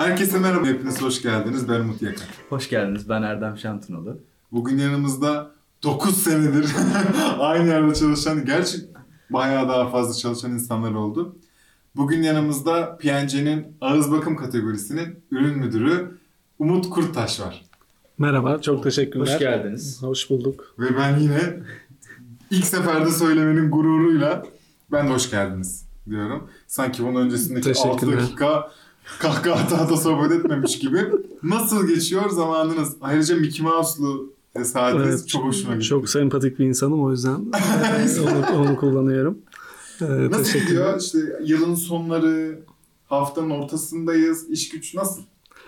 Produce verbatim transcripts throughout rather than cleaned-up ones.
Herkese merhaba, hepiniz hoş geldiniz. Ben Umut Yakar. Hoş geldiniz, ben Erdem Şantınalı. Bugün yanımızda dokuz senedir aynı yerde çalışan, gerçi bayağı daha fazla çalışan insanlar oldu. Bugün yanımızda P and G'nin ağız bakım kategorisinin ürün müdürü Umut Kurttaş var. Merhaba, çok teşekkürler. Hoş geldiniz. Hoş bulduk. Ve ben yine ilk seferde söylemenin gururuyla ben de hoş geldiniz diyorum. Sanki bunun öncesindeki altı dakika kahkaha tahta sohbet etmemiş gibi. Nasıl geçiyor zamanınız? Ayrıca Mickey Mouse'lu saatiniz evet, çok hoşuma gitti. Çok sempatik bir insanım, o yüzden onu, onu kullanıyorum. Ee, nasıl gidiyor? İşte yılın sonları, haftanın ortasındayız. İş güç nasıl?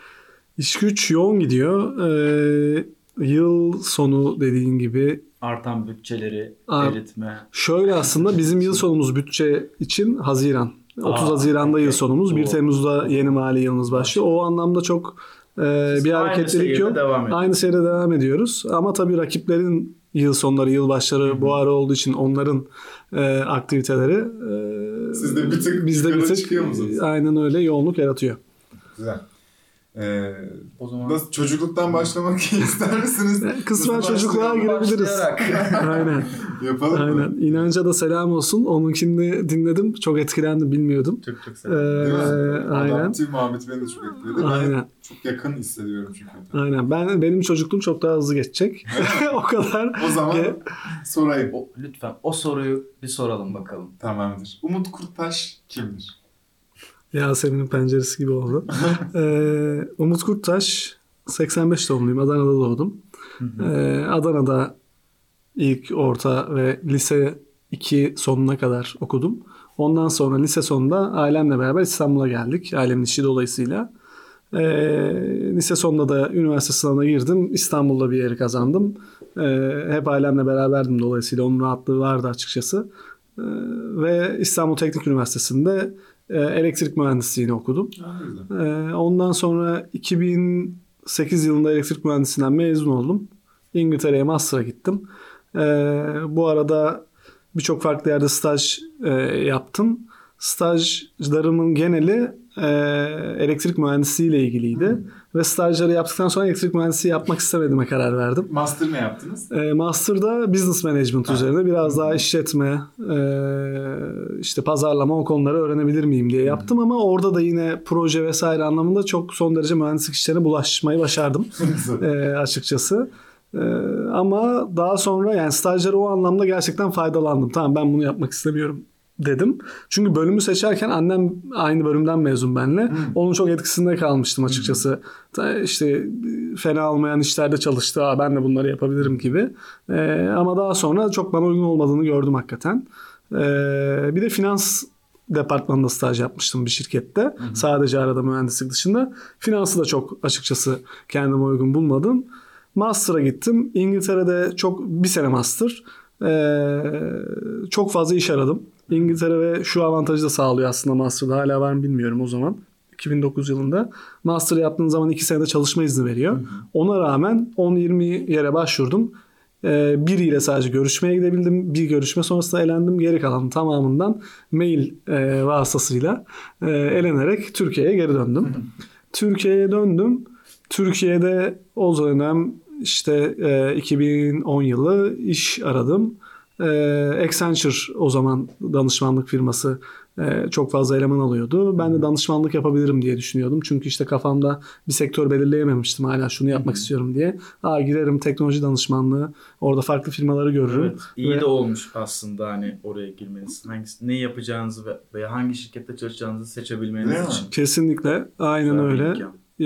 İş güç yoğun gidiyor. Ee, yıl sonu dediğin gibi. Artan bütçeleri eritme. Şöyle aslında bizim yıl sonumuz bütçe için Haziran. otuz Aa, Haziran'da okay. Yıl sonumuz. Doğru. bir Temmuz'da yeni mali yılımız başlıyor. O anlamda çok e, bir hareketlilik yok. Aynı seyre devam ediyoruz. Ama tabii rakiplerin yıl sonları, yıl başları Hı-hı. bu ara olduğu için onların e, aktiviteleri e, sizde bir tık bizde bir tık çıkıyor musunuz? Aynen öyle yoğunluk yaratıyor. Güzel. Ee, o zaman nasıl, çocukluktan başlamak ister misiniz? Kısmen çocukluğa girebiliriz. Aynen. Yapalım Aynen. mı? İnanca da selam olsun. Onunkini dinledim. Çok etkilendim, bilmiyordum. Çok çok selam. Ee, aynen. Adaptif muhabbeti beni de çok etkiledi. Aynen. Ben çok yakın hissediyorum çünkü. Aynen. Ben benim çocukluğum çok daha hızlı geçecek. O kadar. O zaman Ge- sorayım. O, lütfen o soruyu bir soralım bakalım. Tamamdır. Umut Kurttaş kimdir? Yasemin'in penceresi gibi oldu. ee, Umut Kurttaş, seksen beş doğumluyum. Adana'da doğdum. ee, Adana'da ilk, orta ve lise iki sonuna kadar okudum. Ondan sonra lise sonunda ailemle beraber İstanbul'a geldik. Ailemin işi dolayısıyla. Ee, lise sonunda da üniversite sınavına girdim. İstanbul'da bir yeri kazandım. Ee, hep ailemle beraberdim, dolayısıyla onun rahatlığı vardı açıkçası. Ee, ve İstanbul Teknik Üniversitesi'nde elektrik mühendisliğini okudum. Ee, ondan sonra iki bin sekiz yılında elektrik mühendisliğinden mezun oldum. İngiltere'ye master'a gittim. Ee, bu arada birçok farklı yerde staj e, yaptım. Stajlarımın geneli e, elektrik mühendisliği ile ilgiliydi. Hmm. Ve stajları yaptıktan sonra elektrik mühendisliği yapmak istemediğime karar verdim. Master ne yaptınız? E, Master'da business management ha. üzerine biraz daha işletme, e, işte pazarlama, o konuları öğrenebilir miyim diye yaptım. Hmm. Ama orada da yine proje vesaire anlamında çok son derece mühendislik işlerine bulaşmayı başardım e, açıkçası. Ee, ama daha sonra yani stajları o anlamda gerçekten faydalandım. Tamam, ben bunu yapmak istemiyorum dedim. Çünkü bölümü seçerken annem aynı bölümden mezun benimle. Hmm. Onun çok etkisinde kalmıştım açıkçası. Hmm. İşte fena olmayan işlerde çalıştı. Aa, ben de bunları yapabilirim gibi. Ee, ama daha sonra çok bana uygun olmadığını gördüm hakikaten. Ee, bir de finans departmanında staj yapmıştım bir şirkette. Hı hı. Sadece arada mühendislik dışında. Finansı da çok açıkçası kendime uygun bulmadım. Master'a gittim. İngiltere'de çok bir sene master. Ee, çok fazla iş aradım. İngiltere ve şu avantajı da sağlıyor aslında master'da. Hala var mı bilmiyorum o zaman. iki bin dokuz yılında. Master yaptığın zaman iki senede çalışma izni veriyor. Hı hı. Ona rağmen on yirmi yere başvurdum. Ee, biriyle sadece görüşmeye gidebildim. Bir görüşme sonrasında elendim. Geri kalan tamamından mail e, vasıtasıyla e, elenerek Türkiye'ye geri döndüm. Hı hı. Türkiye'ye döndüm. Türkiye'de o dönem işte e, iki bin on yılı iş aradım. E, Accenture o zaman danışmanlık firması e, çok fazla eleman alıyordu. Ben de danışmanlık yapabilirim diye düşünüyordum. Çünkü işte kafamda bir sektör belirleyememiştim. Hala şunu yapmak Hı-hı. istiyorum diye. Aa, girerim teknoloji danışmanlığı. Orada farklı firmaları görürüm. Evet, iyi ve... de olmuş aslında hani oraya girmeniz. Hangisi, ne yapacağınızı veya hangi şirkette çalışacağınızı seçebilmeniz için. Kesinlikle. Aynen Güzel öyle. Ee,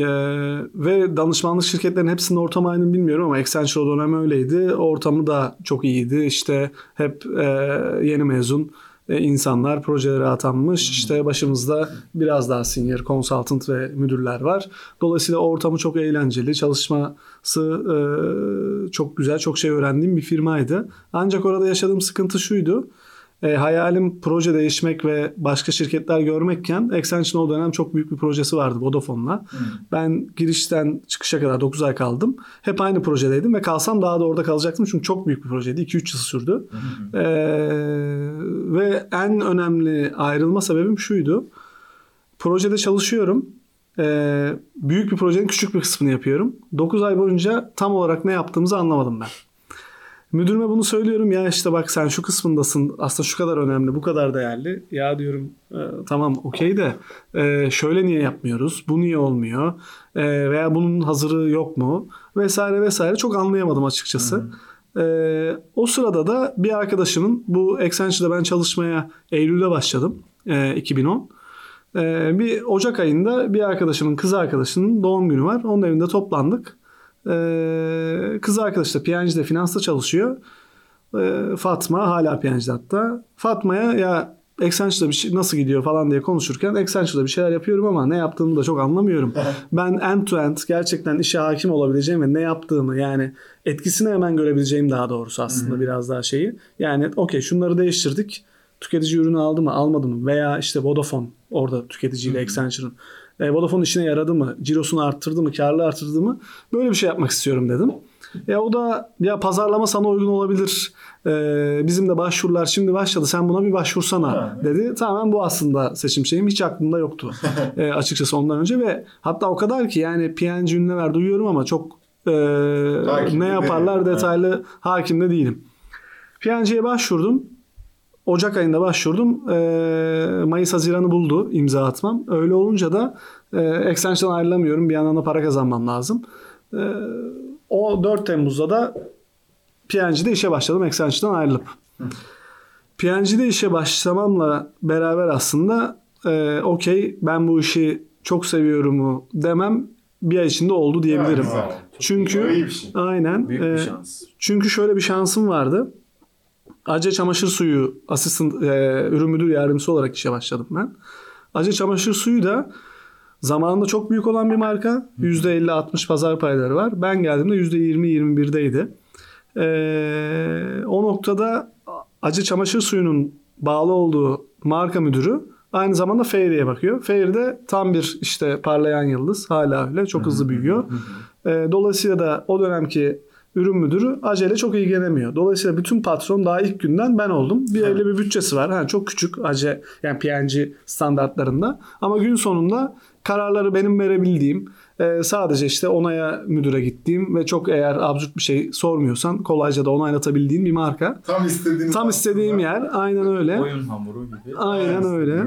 ve danışmanlık şirketlerinin hepsinin ortamı aynı bilmiyorum ama Accenture o dönem öyleydi. Ortamı da çok iyiydi. İşte hep e, yeni mezun e, insanlar projelere atanmış. Hmm. İşte başımızda biraz daha senior consultant ve müdürler var. Dolayısıyla ortamı çok eğlenceli. Çalışması e, çok güzel, çok şey öğrendiğim bir firmaydı. Ancak orada yaşadığım sıkıntı şuydu. E, hayalim proje değişmek ve başka şirketler görmekken Accenture'ın o dönem çok büyük bir projesi vardı Vodafone'la. Hmm. Ben girişten çıkışa kadar dokuz ay kaldım. Hep aynı projedeydim ve kalsam daha da orada kalacaktım çünkü çok büyük bir projeydi. iki üç yıl sürdü. Hmm. E, ve en önemli ayrılma sebebim şuydu. Projede çalışıyorum. Ee, büyük bir projenin küçük bir kısmını yapıyorum. dokuz ay boyunca tam olarak ne yaptığımızı anlamadım ben. Müdürüme bunu söylüyorum. Ya işte bak sen şu kısmındasın. Aslında şu kadar önemli, bu kadar değerli. Ya diyorum e, tamam okey de e, şöyle niye yapmıyoruz? Bu niye olmuyor? E, veya bunun hazırı yok mu? Vesaire vesaire. Çok anlayamadım açıkçası. E, o sırada da bir arkadaşımın, bu Accenture'da ben çalışmaya Eylül'de başladım. E, iki bin on. E, bir Ocak ayında bir arkadaşımın, kız arkadaşının doğum günü var. Onun evinde toplandık. Ee, kız arkadaş da P and G'de finansta çalışıyor. Ee, Fatma hala P and G'de hatta. Fatma'ya ya Accenture'da bir şey nasıl gidiyor falan diye konuşurken Accenture'da bir şeyler yapıyorum ama ne yaptığımı da çok anlamıyorum. Ben end to end gerçekten işe hakim olabileceğim ve ne yaptığımı, yani etkisini hemen görebileceğim daha doğrusu aslında Hı-hı. biraz daha şeyi. Yani okey şunları değiştirdik. Tüketici ürünü aldı mı almadı mı? Veya işte Vodafone orada tüketiciyle Accenture'ın. E, Vodafone işine yaradı mı? Cirosunu arttırdı mı? Karlı arttırdı mı? Böyle bir şey yapmak istiyorum dedim. E, o da ya pazarlama sana uygun olabilir. E, bizim de başvurular şimdi başladı. Sen buna bir başvursana dedi. Tamamen bu aslında seçim şeyim. Hiç aklımda yoktu. e, açıkçası ondan önce ve hatta o kadar ki yani P and G ünlüler duyuyorum ama çok e, ne yaparlar de, detaylı ha. hakim de değilim. P and G'ye başvurdum. Ocak ayında başvurdum. E, Mayıs Haziran'ı buldu imza atmam. Öyle olunca da e, Accenture'dan ayrılamıyorum. Bir yandan da para kazanmam lazım. E, o dört Temmuz'da da P and G'de işe başladım Accenture'dan ayrılıp. Hı. P and G'de işe başlamamla beraber aslında e, okey ben bu işi çok seviyorumu demem bir ay içinde oldu diyebilirim. Yani, çünkü şey. aynen. Büyük bir şans. E, çünkü şöyle bir şansım vardı. Ace Çamaşır Suyu asistan e, ürün müdür yardımcısı olarak işe başladım ben. Ace Çamaşır Suyu da zamanında çok büyük olan bir marka. yüzde elli altmış pazar payları var. Ben geldiğimde yüzde yirmi yirmi birdeydi. E, o noktada Ace Çamaşır Suyu'nun bağlı olduğu marka müdürü aynı zamanda Fairy'e bakıyor. Fairy de tam bir işte parlayan yıldız. Hala öyle. Çok hızlı büyüyor. e, dolayısıyla da o dönemki ürün müdürü Ace ile çok ilgilenemiyor. Dolayısıyla bütün patron daha ilk günden ben oldum. Bir öyle bir bütçesi var. Ha, çok küçük Ace yani P and G standartlarında. Ama gün sonunda kararları benim verebildiğim, e, sadece işte onaya müdüre gittiğim ve çok eğer absürt bir şey sormuyorsan kolayca da onaylatabildiğin bir marka. Tam istediğim Tam istediğim yer. Aynen öyle. Oyun hamuru gibi. Aynen evet, öyle.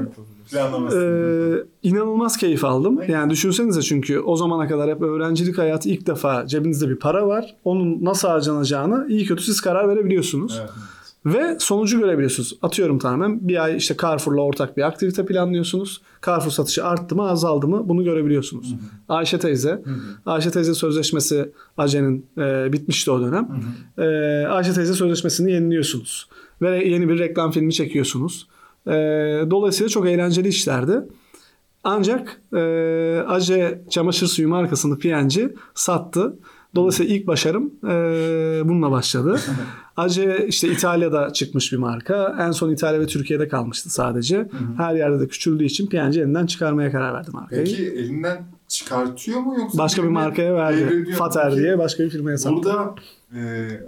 Ee, inanılmaz keyif aldım. Yani düşünsenize çünkü o zamana kadar hep öğrencilik hayatı ilk defa cebinizde bir para var. Onun nasıl harcanacağını iyi kötü siz karar verebiliyorsunuz. Evet. Ve sonucu görebiliyorsunuz. Atıyorum tamamen bir ay işte Carrefour'la ortak bir aktivite planlıyorsunuz. Carrefour satışı arttı mı azaldı mı bunu görebiliyorsunuz. Hı hı. Ayşe teyze. Hı hı. Ayşe teyze sözleşmesi Ace'nin e, bitmişti o dönem. Hı hı. E, Ayşe teyze sözleşmesini yeniliyorsunuz. Ve yeni bir reklam filmi çekiyorsunuz. E, dolayısıyla çok eğlenceli işlerdi. Ancak e, Ace Çamaşır Suyu markasını P and G sattı. Dolayısıyla ilk başarım e, bununla başladı. Ace işte İtalya'da çıkmış bir marka. En son İtalya ve Türkiye'de kalmıştı sadece. Hı hı. Her yerde de küçüldüğü için P and G elinden çıkarmaya karar verdi markayı. Peki elinden çıkartıyor mu yoksa? Başka bir markaya verdi. Fater diye başka bir firmaya sattı. Burada e,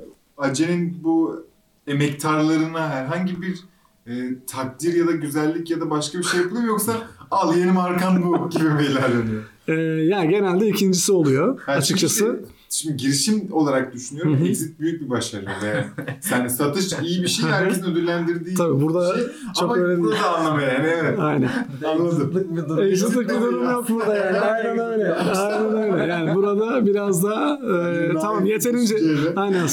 Ace'nin bu emektarlarına herhangi bir e, takdir ya da güzellik ya da başka bir şey yapılıyor yoksa al yeni markan bu gibi mi ilerleniyor? E, yani genelde ikincisi oluyor yani açıkçası. Şimdi, şimdi girişim olarak düşünüyorum. Hı-hı. Exit büyük bir başarı ve yani satış iyi bir şey, herkesin ödüllendirdiği tabii burada bir şey. çok ama öyle burada da anlamaya yani evet. Aynen. Anladım. Exit'lik bir durum yok burada yani. Aynen öyle. Aynen öyle. Yani burada biraz daha e, tamam yeterince aynen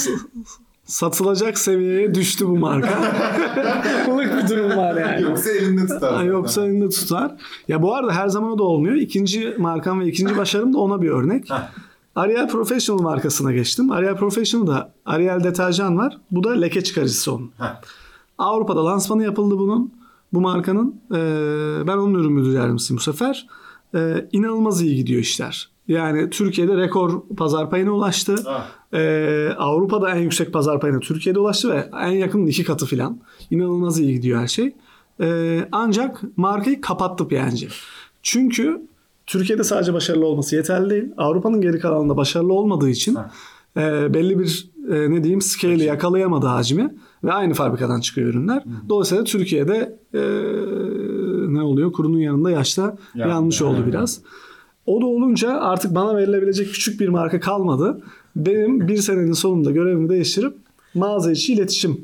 satılacak seviyeye düştü bu marka. Bunluk bir durum var yani. Yoksa elinde tutar. Yoksa elinde tutar. Ya bu arada her zaman o da olmuyor. İkinci markam ve ikinci başarım da ona bir örnek. Ariel Professional markasına geçtim. Ariel Professional'da Ariel deterjan var. Bu da leke çıkarıcısı onun. Avrupa'da lansmanı yapıldı bunun. Bu markanın. Ee, ben onun ürün müdür yardımcısıyım bu sefer. Ee, inanılmaz iyi gidiyor işler. Yani Türkiye'de rekor pazar payına ulaştı. Ee, Avrupa'da en yüksek pazar payına Türkiye'de ulaştı ve en yakın iki katı filan. İnanılmaz iyi gidiyor her şey. Ee, ancak markayı kapattı P and G. Çünkü Türkiye'de sadece başarılı olması yeterli değil. Avrupa'nın geri kalanında başarılı olmadığı için e, belli bir e, ne diyeyim scale'i yakalayamadı hacmi ve aynı fabrikadan çıkıyor ürünler. Hı. Dolayısıyla Türkiye'de e, ne oluyor? Kurunun yanında yaşta yani, yanmış oldu yani. biraz. O da olunca artık bana verilebilecek küçük bir marka kalmadı. Benim bir senenin sonunda görevimi değiştirip mağaza içi iletişim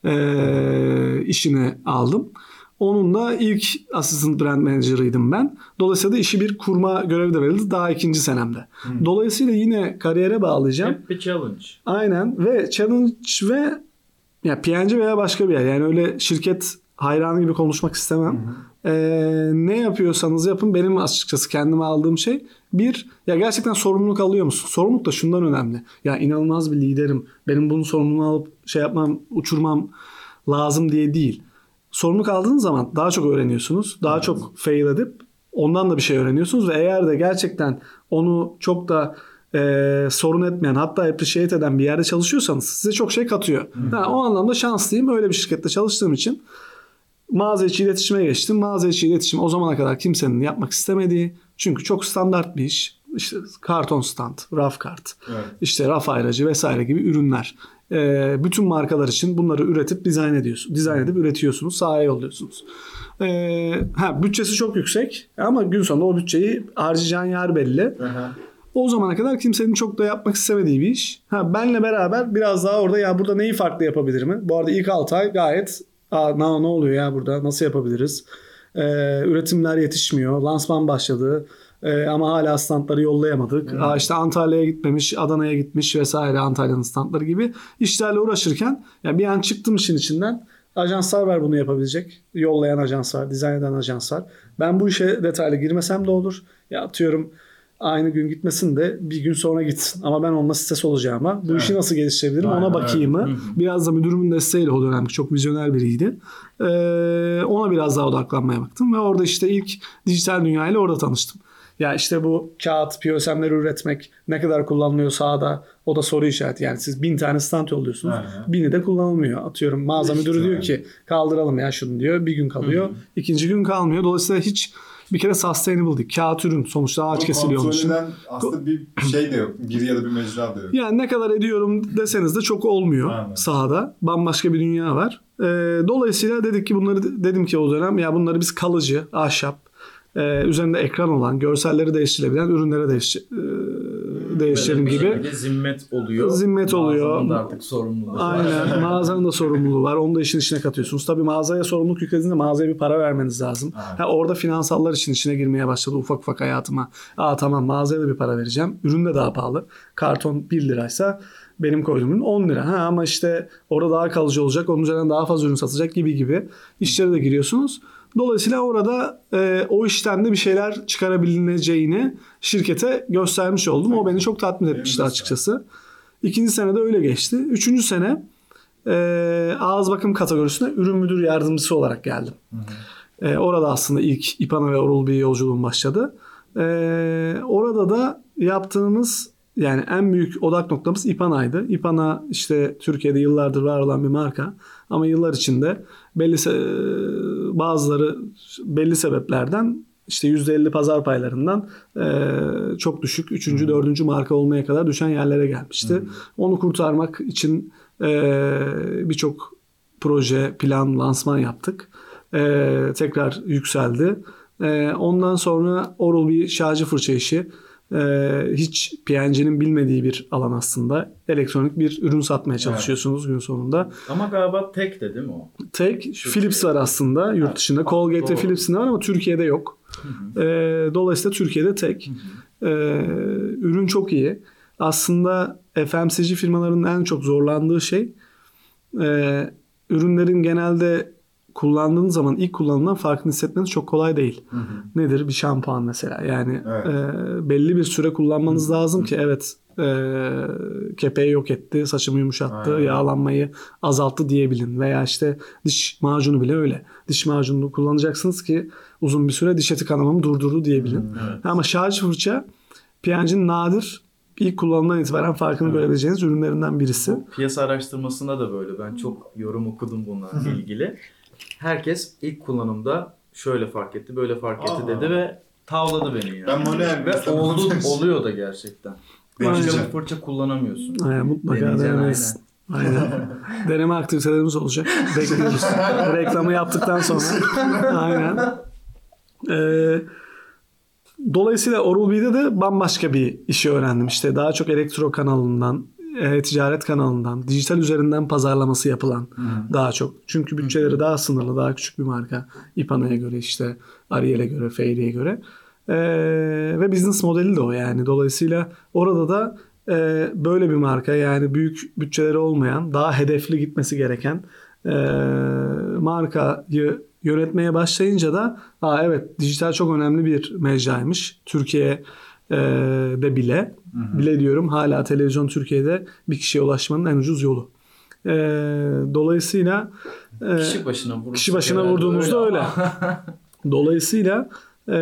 e, işine aldım. Onun da ilk assistant brand manager'ıydım ben. Dolayısıyla da işi bir kurma görevi de verildi daha ikinci senemde. Hmm. Dolayısıyla yine kariyere bağlayacağım. Hep bir challenge. Aynen ve challenge ve ya P and G veya başka bir yer. Yani öyle şirket hayranı gibi konuşmak istemem. Hmm. Ee, ne yapıyorsanız yapın. Benim açıkçası kendime aldığım şey bir, ya gerçekten sorumluluk alıyor musun? Sorumluluk da şundan önemli. Ya inanılmaz bir liderim. Benim bunun sorumluluğunu alıp şey yapmam, uçurmam lazım diye değil. Sorumluluk aldığınız zaman daha çok öğreniyorsunuz. Daha evet. çok fail edip ondan da bir şey öğreniyorsunuz ve eğer de gerçekten onu çok da e, sorun etmeyen, hatta appreciate eden bir yerde çalışıyorsanız size çok şey katıyor. Ha, o anlamda şanslıyım. Öyle bir şirkette çalıştığım için mağaza içi iletişime geçtim. Mağaza içi iletişim o zamana kadar kimsenin yapmak istemediği, çünkü çok standart bir iş. İşte karton stand, raf kart, evet. işte raf ayracı vesaire gibi ürünler. Ee, bütün markalar için bunları üretip dizayn ediyorsunuz. Dizayn edip üretiyorsunuz, sahaya yolluyorsunuz. Ee, ha, bütçesi çok yüksek ama gün sonunda o bütçeyi harcayacağın yer belli. Aha. O zamana kadar kimsenin çok da yapmak istemediği bir iş. Ha, benle beraber biraz daha orada ya burada neyi farklı yapabilir mi? Bu arada ilk altı ay gayet Aa, ne, ne oluyor ya burada? Nasıl yapabiliriz? Ee, üretimler yetişmiyor. Lansman başladı. Ee, ama hala standları yollayamadık. Hmm. Aa, işte Antalya'ya gitmemiş, Adana'ya gitmiş vesaire, Antalya'nın standları gibi işlerle uğraşırken ya bir an çıktım işin içinden. Ajanslar var bunu yapabilecek. Yollayan ajans var, dizayn eden ajans var. Ben bu işe detaylı girmesem de olur. Ya atıyorum aynı gün gitmesin de bir gün sonra gitsin. Ama ben onunla stres olacağıma bu evet. işi nasıl geliştirebilirim ona bakayım mı? Evet. Biraz da müdürümün desteğiyle o dönem çok vizyoner biriydi. Ee, ona biraz daha odaklanmaya baktım ve orada işte ilk dijital dünyayla orada tanıştım. Ya işte bu kağıt, P O S M'leri üretmek ne kadar kullanılıyor sahada, o da soru işareti. Yani siz bin tane stand yolluyorsunuz. Aynen. Bini de kullanılmıyor. Atıyorum mağaza müdürü işte diyor yani. ki kaldıralım ya şunu diyor. Bir gün kalıyor. Hı-hı. İkinci gün kalmıyor. Dolayısıyla hiç bir kere sustainable değil. Kağıt ürün sonuçta ağaç kesiliyor onun için. Aslında bir şey de yok. Bir ya da bir mecra da yok. Yani ne kadar ediyorum deseniz de çok olmuyor Aynen. sahada. Bambaşka bir dünya var. Ee, dolayısıyla dedik ki bunları dedim ki o dönem ya bunları biz kalıcı, ahşap, Ee, üzerinde ekran olan, görselleri değiştirilebilen ürünlere değiş, e, değiştirelim gibi. Zimmet oluyor. Zimmet oluyor. Mağazanın da artık sorumluluğu var. Aynen. Mağazanın da sorumluluğu var. Onu da işin içine katıyorsunuz. Tabii mağazaya sorumluluk yüklediğinde mağazaya bir para vermeniz lazım. Ha, orada finansallar için içine girmeye başladı ufak ufak hayatıma. Aa tamam mağazaya da bir para vereceğim. Ürün de daha pahalı. Karton bir liraysa benim koyduğum ürün on lira. Ha, ama işte orada daha kalıcı olacak. Onun üzerinden daha fazla ürün satacak gibi gibi işlere de giriyorsunuz. Dolayısıyla orada e, o işten de bir şeyler çıkarabileceğini şirkete göstermiş oldum. O beni çok tatmin etmişti açıkçası. İkinci sene de öyle geçti. Üçüncü sene e, ağız bakım kategorisine ürün müdür yardımcısı olarak geldim. Hı hı. E, orada aslında ilk İPANA ve Oral-B yolculuğum başladı. E, orada da yaptığımız yani en büyük odak noktamız İPANA'ydı. İPANA işte Türkiye'de yıllardır var olan bir marka. Ama yıllar içinde belli se- bazıları belli sebeplerden işte yüzde elli pazar paylarından e, çok düşük üçüncü dördüncü marka olmaya kadar düşen yerlere gelmişti. Hmm. Onu kurtarmak için e, birçok proje, plan, lansman yaptık. E, tekrar yükseldi. E, ondan sonra Oral-B şarjı fırça işi. Ee, hiç P and G'nin bilmediği bir alan aslında. Elektronik bir ürün satmaya çalışıyorsunuz evet. gün sonunda. Ama galiba tek de değil mi o? Tek. Türkiye. Philips var aslında yurt dışında. Evet. Colgate ve Philips'in var ama Türkiye'de yok. Ee, dolayısıyla Türkiye'de tek. Ee, ürün çok iyi. Aslında F M C G firmalarının en çok zorlandığı şey e, ürünlerin genelde kullandığınız zaman ilk kullanımdan farkını hissetmeniz çok kolay değil. Hı hı. Nedir? Bir şampuan mesela. Yani evet. e, belli bir süre kullanmanız hı hı. lazım ki evet e, kepeği yok etti, saçımı yumuşattı, Aynen. yağlanmayı azalttı diyebilin. Veya işte diş macunu bile öyle. Diş macununu kullanacaksınız ki uzun bir süre diş eti kanamamı durdurdu diyebilin. Hı, evet. Ama şarj fırça P and G'nin nadir İlk kullanımdan itibaren farkını evet. görebileceğiniz ürünlerinden birisi. Bu piyasa araştırmasında da böyle. Ben çok yorum okudum bununla ilgili. Herkes ilk kullanımda şöyle fark etti, böyle fark etti Aa. dedi ve tavladı beni yani. Ben manuel ve oldu, oluyor da gerçekten. Başka bir fırça kullanamıyorsun. Aynen, mutlaka denemelisin. Aynen. Aynen. Deneme aktivitelerimiz olacak. Bekliyoruz. Reklamı yaptıktan sonra. Aynen. Ee, Dolayısıyla Oral B'de de bambaşka bir işi öğrendim. İşte daha çok elektro kanalından, e-ticaret kanalından, dijital üzerinden pazarlaması yapılan hmm. daha çok. Çünkü bütçeleri hmm. daha sınırlı, daha küçük bir marka. İpana'ya göre, işte Ariel'e göre, Fairy'e göre. Ee, ve business modeli de o yani. Dolayısıyla orada da e, böyle bir marka, yani büyük bütçeleri olmayan, daha hedefli gitmesi gereken e, markayı yönetmeye başlayınca da Aa, evet dijital çok önemli bir mecraymış. Türkiye'de bile hı hı. bile diyorum hala televizyon Türkiye'de bir kişiye ulaşmanın en ucuz yolu. E, dolayısıyla e, kişi başına, kişi başına vurduğumuzda öyle. öyle. Dolayısıyla e,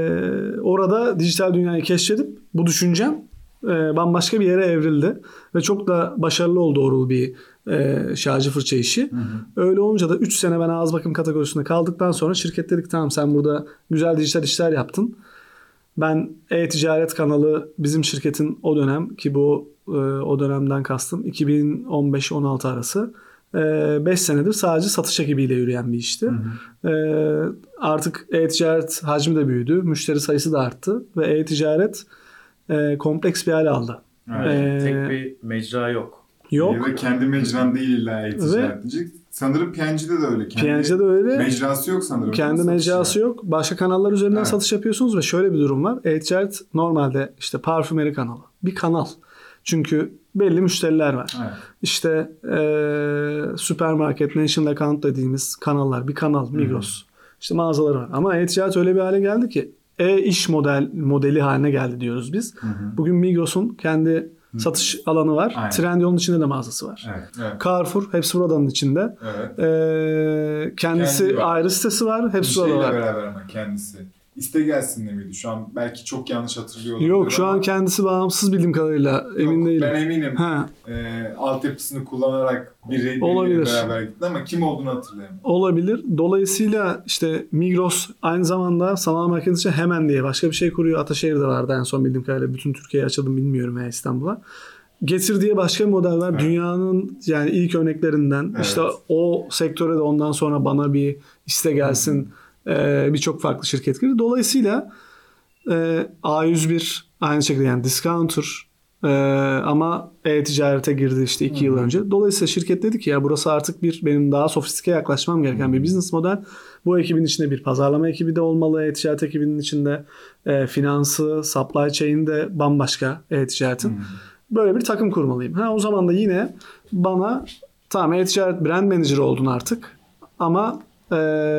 orada dijital dünyayı keşfedip bu düşüncem e, bambaşka bir yere evrildi. Ve çok da başarılı oldu Oral bir e, şarjı fırça işi. Hı hı. Öyle olunca da üç sene ben ağız bakım kategorisinde kaldıktan sonra şirket dedik tamam sen burada güzel dijital işler yaptın. Ben e-ticaret kanalı bizim şirketin o dönem ki bu e, o dönemden kastım iki bin on beş on altı arası beş senedir sadece satış ekibiyle yürüyen bir işti. Hı hı. E, artık e-ticaret hacmi de büyüdü. Müşteri sayısı da arttı. Ve e-ticaret e, kompleks bir hale aldı. Evet, ee, tek bir mecra yok. Yok. Ve kendi mecran değil illa e-ticaret diyecek. Sanırım P and G'de de öyle. Kendi P and G'de öyle. Mecrası yok sanırım. Kendi mecrası yok. Başka kanallar üzerinden evet. satış yapıyorsunuz ve şöyle bir durum var. E-ticaret normalde işte parfümeri kanalı. Bir kanal. Çünkü belli müşteriler var. Evet. İşte e, süpermarket, national account dediğimiz kanallar. Bir kanal, Migros. Hmm. İşte mağazaları var. Ama e-ticaret öyle bir hale geldi ki e-iş model modeli haline geldi diyoruz biz. Hı hı. Bugün Migros'un kendi hı. satış alanı var. Aynen. Trendyol'un içinde de mağazası var. Evet, evet. Carrefour hepsi buradanın içinde. Evet. Ee, kendisi Kendi ayrı sitesi var. Hepsi burada var. Beraber ama kendisi. İste gelsin demeydi. Şu an belki çok yanlış hatırlıyorum. Yok şu ama... an kendisi bağımsız bildiğim kadarıyla. Yok, emin değilim. Ben eminim. E, altyapısını kullanarak biri, biriyle beraber gitti ama kim olduğunu hatırlayamıyorum. Olabilir. Dolayısıyla işte Migros aynı zamanda sanal market için Hemen diye başka bir şey kuruyor. Ataşehir'de vardı en son bildiğim kadarıyla. Bütün Türkiye'ye açıldım bilmiyorum ya İstanbul'a. Getir diye başka bir model var. Evet. Dünyanın yani ilk örneklerinden. Evet. İşte o sektöre de ondan sonra bana bir iste gelsin. Hı-hı. Ee, birçok farklı şirket girdi. Dolayısıyla e, A yüz bir aynı şekilde yani discounter e, ama e-ticarete girdi işte iki yıl önce. Dolayısıyla şirket dedi ki ya burası artık bir benim daha sofistike yaklaşmam gereken bir business model. Bu ekibin içinde bir pazarlama ekibi de olmalı. E-ticaret ekibinin içinde e, finansı, supply chain de bambaşka e-ticaretin. Hmm. Böyle bir takım kurmalıyım. Ha, o zaman da yine bana tamam e-ticaret brand manager oldun artık ama Ee,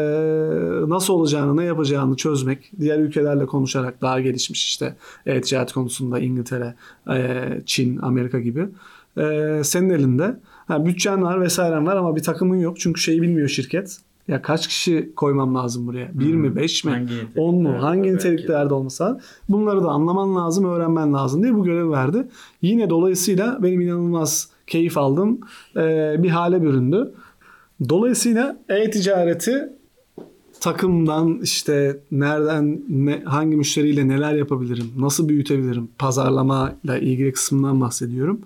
nasıl olacağını, ne yapacağını çözmek, diğer ülkelerle konuşarak daha gelişmiş işte e-ticaret konusunda İngiltere, e, Çin, Amerika gibi e, senin elinde. Ha, bütçen var vesairen var ama bir takımın yok çünkü şeyi bilmiyor şirket. Ya kaç kişi koymam lazım buraya? Bir hmm. mi, beş mi, on mu? Hangi niteliklerde olması lazım? Bunları da anlaman lazım, öğrenmen lazım diye bu görevi verdi. Yine dolayısıyla benim inanılmaz keyif aldığım e, bir hale büründü. Dolayısıyla e-ticareti takımdan işte nereden ne, hangi müşteriyle neler yapabilirim, nasıl büyütebilirim, pazarlamayla ilgili kısmından bahsediyorum.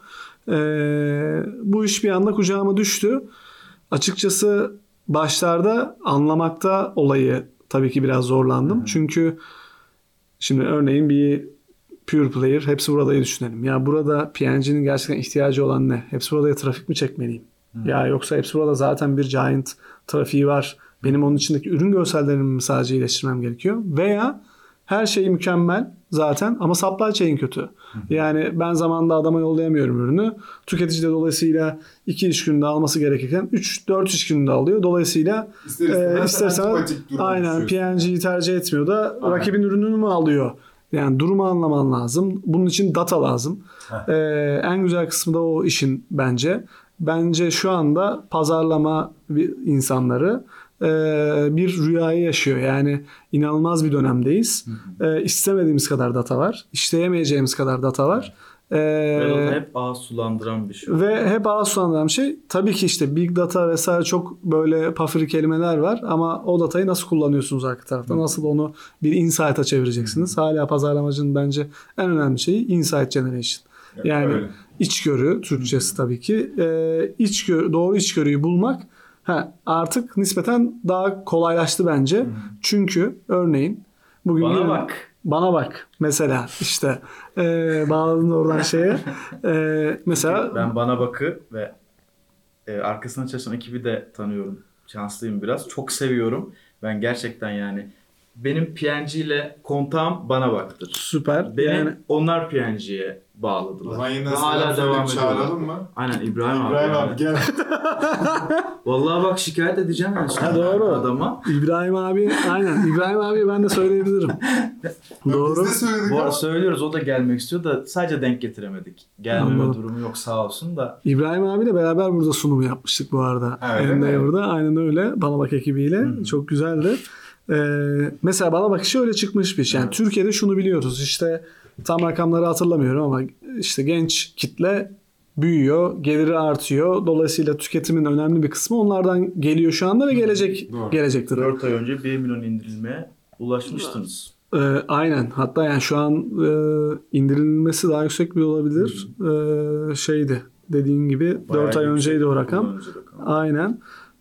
Ee, bu iş bir anda kucağıma düştü. Açıkçası başlarda anlamakta olayı tabii ki biraz zorlandım. Hı-hı. Çünkü şimdi örneğin bir pure player hepsi buradayı düşünelim. Ya burada P and G'nin gerçekten ihtiyacı olan ne? Hepsi buradaya trafik mi çekmeliyim? Hmm. Ya yoksa hepsi burada zaten bir giant trafiği var. Benim onun içindeki ürün görsellerimi sadece iyileştirmem gerekiyor. Veya her şey mükemmel zaten ama supply chain kötü. Hmm. Yani ben zamanında adama yollayamıyorum ürünü. Tüketici de dolayısıyla iki iş günde alması gerekirken üç dört iş günde alıyor. Dolayısıyla e, istersen aynen P and G'yi tercih etmiyor da aynen. Rakibin ürününü mü alıyor? Yani durumu anlaman lazım. Bunun için data lazım. Ee, en güzel kısmı da o işin bence. Bence şu anda pazarlama insanları e, bir rüyayı yaşıyor. Yani inanılmaz bir dönemdeyiz. E, istemediğimiz kadar data var. İşleyemeyeceğimiz kadar data var. E, ve hep ağ sulandıran bir şey. Ve hep ağ sulandıran bir şey. Tabii ki işte big data vesaire çok böyle pafiri kelimeler var. Ama o datayı nasıl kullanıyorsunuz arka tarafta? Nasıl onu bir insight'a çevireceksiniz? Hala pazarlamacının bence en önemli şeyi insight generation. Yani öyle. İçgörü Türkçesi tabii ki. Ee, içgörü, doğru içgörüyü bulmak ha, artık nispeten daha kolaylaştı bence. Hı. Çünkü örneğin bugün bana gelin, bak. Bana bak mesela işte e, bağladın oradan şeye. E, mesela ben Bana Bak'ı ve e, arkasında çalışan ekibi de tanıyorum. Şanslıyım biraz. Çok seviyorum. Ben gerçekten yani benim P N G ile kontağım Bana Bak'tır. Süper. Beni yani... onlar P N G'ye bağladılar. Ve hala devam ediyorlar. Mı? Aynen İbrahim, İbrahim abi. abi gel. Vallahi bak şikayet edeceğim yani Ha, doğru. adama. İbrahim abi aynen. İbrahim abi ben de söyleyebilirim. Doğru. Biz de söyledik Bu arada ama. söylüyoruz, o da gelmek istiyor da sadece denk getiremedik. Gelmeme Anladım. durumu yok sağ olsun da. İbrahim abiyle beraber burada sunumu yapmıştık bu arada. Evet, Endeavor'da. Aynen öyle. Bana Bak ekibiyle. Hı-hı. Çok güzeldi. Ee, mesela Bana Bak şöyle çıkmış bir şey. Yani evet. Türkiye'de şunu biliyoruz. İşte tam rakamları hatırlamıyorum ama işte genç kitle büyüyor, geliri artıyor. Dolayısıyla tüketimin önemli bir kısmı onlardan geliyor şu anda ve gelecek Doğru. gelecektir. dört ay önce bir milyon indirilmeye ulaşmıştınız. Ee, aynen. Hatta yani şu an e, indirilmesi daha yüksek bir olabilir. Ee, şeydi dediğin gibi bayağı dört ay önceydi o rakam. Aynen.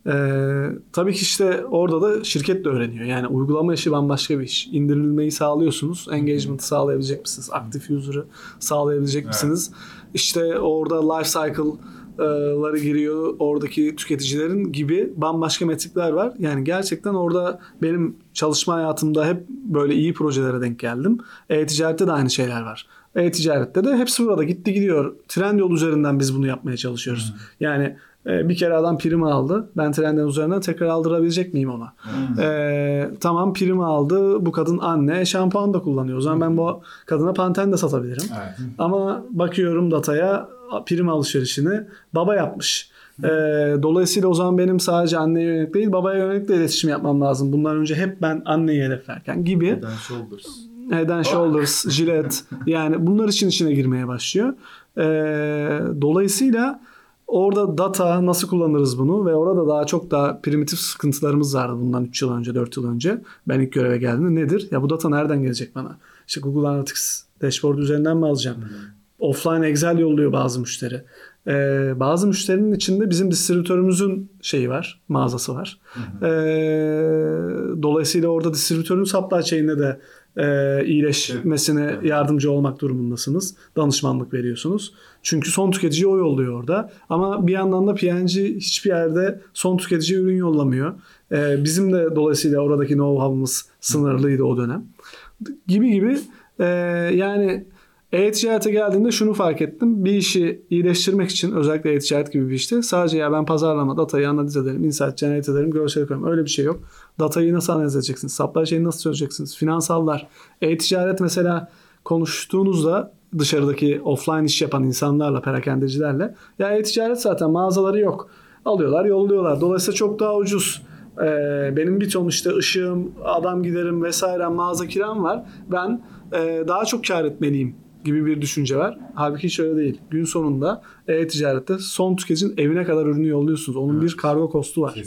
Ee, tabii ki işte orada da şirket de öğreniyor. Yani uygulama işi bambaşka bir iş. İndirilmeyi sağlıyorsunuz. Engagement'ı sağlayabilecek misiniz? Active user'ı sağlayabilecek evet. misiniz? İşte orada life cycle'ları giriyor. Oradaki tüketicilerin gibi bambaşka metrikler var. Yani gerçekten orada benim çalışma hayatımda hep böyle iyi projelere denk geldim. E-ticarette de aynı şeyler var. E-ticarette de hepsi burada gitti gidiyor. Trendyol üzerinden biz bunu yapmaya çalışıyoruz. Hmm. Yani bir kere adam prim aldı. Ben Trendyol üzerinden tekrar aldırabilecek miyim ona? Hmm. Ee, tamam prim aldı. Bu kadın anne şampuan da kullanıyor. O zaman hmm. ben bu kadına Pantene de satabilirim. Evet. Ama bakıyorum dataya prim alışverişini baba yapmış. Hmm. Ee, dolayısıyla o zaman benim sadece anneye yönelik değil babaya yönelik de iletişim yapmam lazım. Bundan önce hep ben anneyi hedeflerken gibi. Head and Shoulders. Head and Shoulders, Gillette. Yani bunlar için içine girmeye başlıyor. Ee, dolayısıyla orada data nasıl kullanırız bunu ve orada daha çok daha primitif sıkıntılarımız vardı bundan üç yıl önce, dört yıl önce. Ben ilk göreve geldiğimde nedir? Ya bu data nereden gelecek bana? İşte Google Analytics dashboard üzerinden mi alacağım? Hmm. Offline Excel yolluyor bazı müşteri. Ee, bazı müşterinin içinde bizim distribütörümüzün şeyi var, mağazası var. Hmm. Ee, dolayısıyla orada distribütörün supply chain'ine de e, iyileşmesine evet. yardımcı olmak durumundasınız. Danışmanlık veriyorsunuz. Çünkü son tüketici o yolluyor orada. Ama bir yandan da P N G hiçbir yerde son tüketiciye ürün yollamıyor. Ee, bizim de dolayısıyla oradaki know-how'ımız sınırlıydı o dönem. Gibi gibi. Ee, yani e-ticarete geldiğimde şunu fark ettim. Bir işi iyileştirmek için özellikle e-ticaret gibi bir işte sadece ya ben pazarlama, datayı analiz ederim, insight generate ederim, görsel koyarım. Öyle bir şey yok. Datayı nasıl analiz edeceksiniz? Supply chain'i nasıl çözeceksiniz? Finansallar. E-ticaret mesela konuştuğunuzda dışarıdaki offline iş yapan insanlarla, perakendecilerle ya e-ticaret zaten mağazaları yok. Alıyorlar, yolluyorlar. Dolayısıyla çok daha ucuz. Ee, benim bir ton işte ışığım, adam giderim vesaire mağaza kiram var. Ben e, daha çok kar etmeliyim gibi bir düşünce var. Halbuki hiç öyle değil. Gün sonunda e-ticarette son tüketicinin evine kadar ürünü yolluyorsunuz. Onun evet. bir kargo kostu var.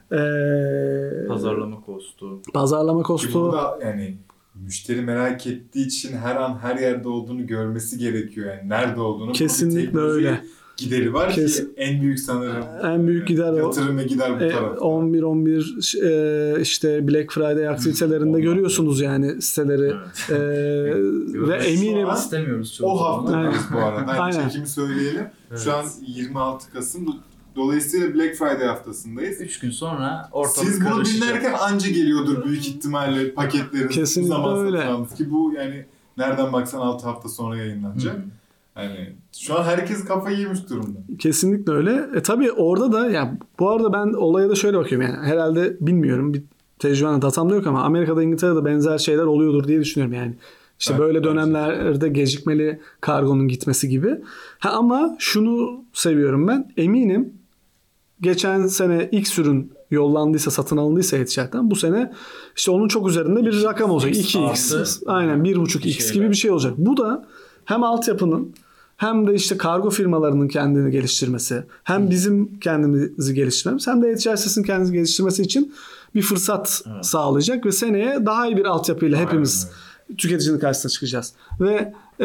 Ee, pazarlama kostu. Pazarlama kostu. Burada yani müşteri merak ettiği için her an her yerde olduğunu görmesi gerekiyor. Yani nerede olduğunu. Kesinlikle öyle. Gideri var Kesin. ki en büyük sanırım. En büyük gider o. Yatırım ve gider bu e, tarafta. on bir on bir e, işte Black Friday aktivitelerinde görüyorsunuz yani siteleri. Evet. E, ve eminim. istemiyoruz çok. O haftadayız bu arada. Yani Aynen. çekimi söyleyelim. Evet. Şu an yirmi altı Kasım. Dolayısıyla Black Friday haftasındayız. üç gün sonra ortalık Siz bunu karışacak. dinlerken anca geliyordur büyük ihtimalle paketlerin. Kesinlikle öyle. Ki bu yani nereden baksan altı hafta sonra yayınlanacak. Hmm. Yani şu an herkes kafayı yemiş durumda. Kesinlikle öyle. E tabii orada da ya bu arada ben olaya da şöyle bakıyorum yani herhalde bilmiyorum bir tecrübem datamda yok ama Amerika'da İngiltere'de benzer şeyler oluyordur diye düşünüyorum yani. İşte evet, böyle dönemlerde gecikmeli kargonun gitmesi gibi. Ha ama şunu seviyorum ben. Eminim geçen sene ilk ürün yollandıysa, satın alındıysa e-ticaretten bu sene işte onun çok üzerinde bir rakam olacak. iki x aynen bir buçuk x gibi bir şey olacak. Bu da hem altyapının hem de işte kargo firmalarının kendini geliştirmesi, hem bizim kendimizi geliştirmemiz, hem de e-ticaret sitesinin kendini geliştirmesi için bir fırsat evet. sağlayacak ve seneye daha iyi bir altyapıyla aynen hepimiz öyle. Tüketicinin karşısına çıkacağız. Ve e,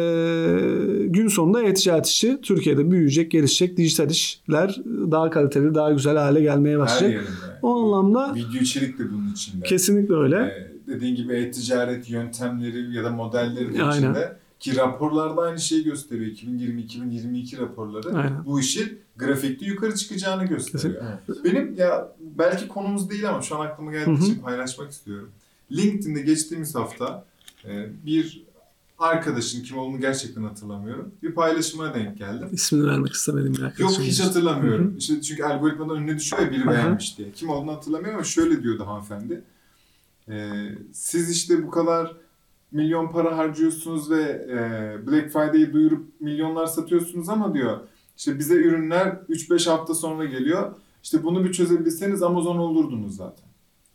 gün sonunda e-ticaret işi Türkiye'de büyüyecek, gelişecek, dijital işler daha kaliteli, daha güzel hale gelmeye başlayacak. O anlamda video içerik de bunun içinde. Kesinlikle öyle. Ee, dediğin gibi e-ticaret yöntemleri ya da modelleri de Aynen. içinde. Ki raporlarda aynı şeyi gösteriyor. iki bin yirmi iki bin yirmi iki raporları. Aynen. Bu işin grafikte yukarı çıkacağını gösteriyor. Evet. Benim ya belki konumuz değil ama şu an aklıma geldiği için paylaşmak istiyorum. LinkedIn'de geçtiğimiz hafta e, bir arkadaşın kim olduğunu gerçekten hatırlamıyorum. Bir paylaşımına denk geldim. İsmini vermek istemedim. Yok hiç hatırlamıyorum. İşte çünkü algoritmadan önüne düşüyor ya biri Hı-hı. beğenmiş diye. Kim olduğunu hatırlamıyorum ama şöyle diyordu hanımefendi. Ee, siz işte bu kadar milyon para harcıyorsunuz ve e, Black Friday'i duyurup milyonlar satıyorsunuz ama diyor işte bize ürünler üç beş hafta sonra geliyor. İşte bunu bir çözebilseniz Amazon olurdunuz zaten.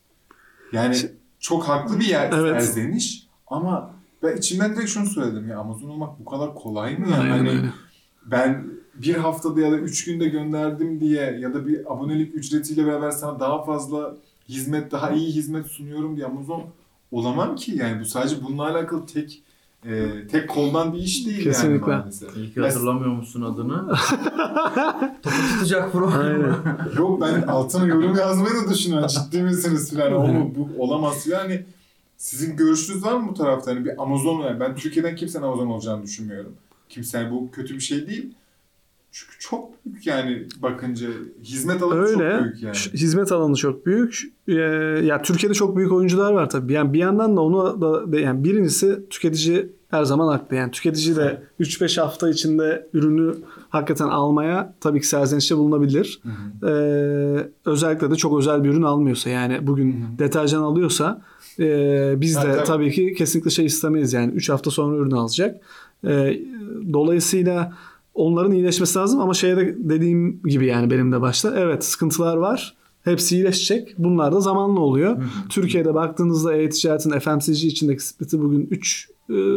Yani çok haklı bir yer Evet. serzeniş ama ben içimden direkt şunu söyledim ya Amazon olmak bu kadar kolay mı yani? Aynen Hani öyle. ben bir haftada ya da üç günde gönderdim diye ya da bir abonelik ücretiyle beraber sana daha fazla hizmet, daha iyi hizmet sunuyorum diye Amazon olamam ki. Yani bu sadece bununla alakalı tek e, tek koldan bir iş değil Kesinlikle. yani maalesef. İyi ki hatırlamıyor musun adını? Topu tutacak program. Aynen. Yok ben altına yorum yazmayı da düşünüyorum. Ciddi misiniz falan? O mu? Bu olamaz. Yani sizin görüşünüz var mı bu tarafta? Yani bir Amazon yani ben Türkiye'den kimsenin Amazon olacağını düşünmüyorum. Kimse yani bu kötü bir şey değil. Çünkü çok büyük yani bakınca hizmet alanı Öyle. çok büyük yani. Ş- Hizmet alanı çok büyük. Ee, ya Türkiye'de çok büyük oyuncular var tabii. Yani bir yandan da onu da de- yani birincisi tüketici her zaman haklı. Yani tüketici de üç beş hafta içinde ürünü hakikaten almaya tabii ki serzenişte bulunabilir. Hı hı. Ee, özellikle de çok özel bir ürün almıyorsa yani bugün Hı hı. deterjan alıyorsa e, biz de Ha, tabii. tabii ki kesinlikle şey istemeyiz yani üç hafta sonra ürün alacak. Ee, dolayısıyla onların iyileşmesi lazım ama şeyde dediğim gibi yani benim de başta evet sıkıntılar var. Hepsi iyileşecek. Bunlar da zamanla oluyor. Hı hı. Türkiye'de baktığınızda e-ticaretin F M C G içindeki split'i bugün üç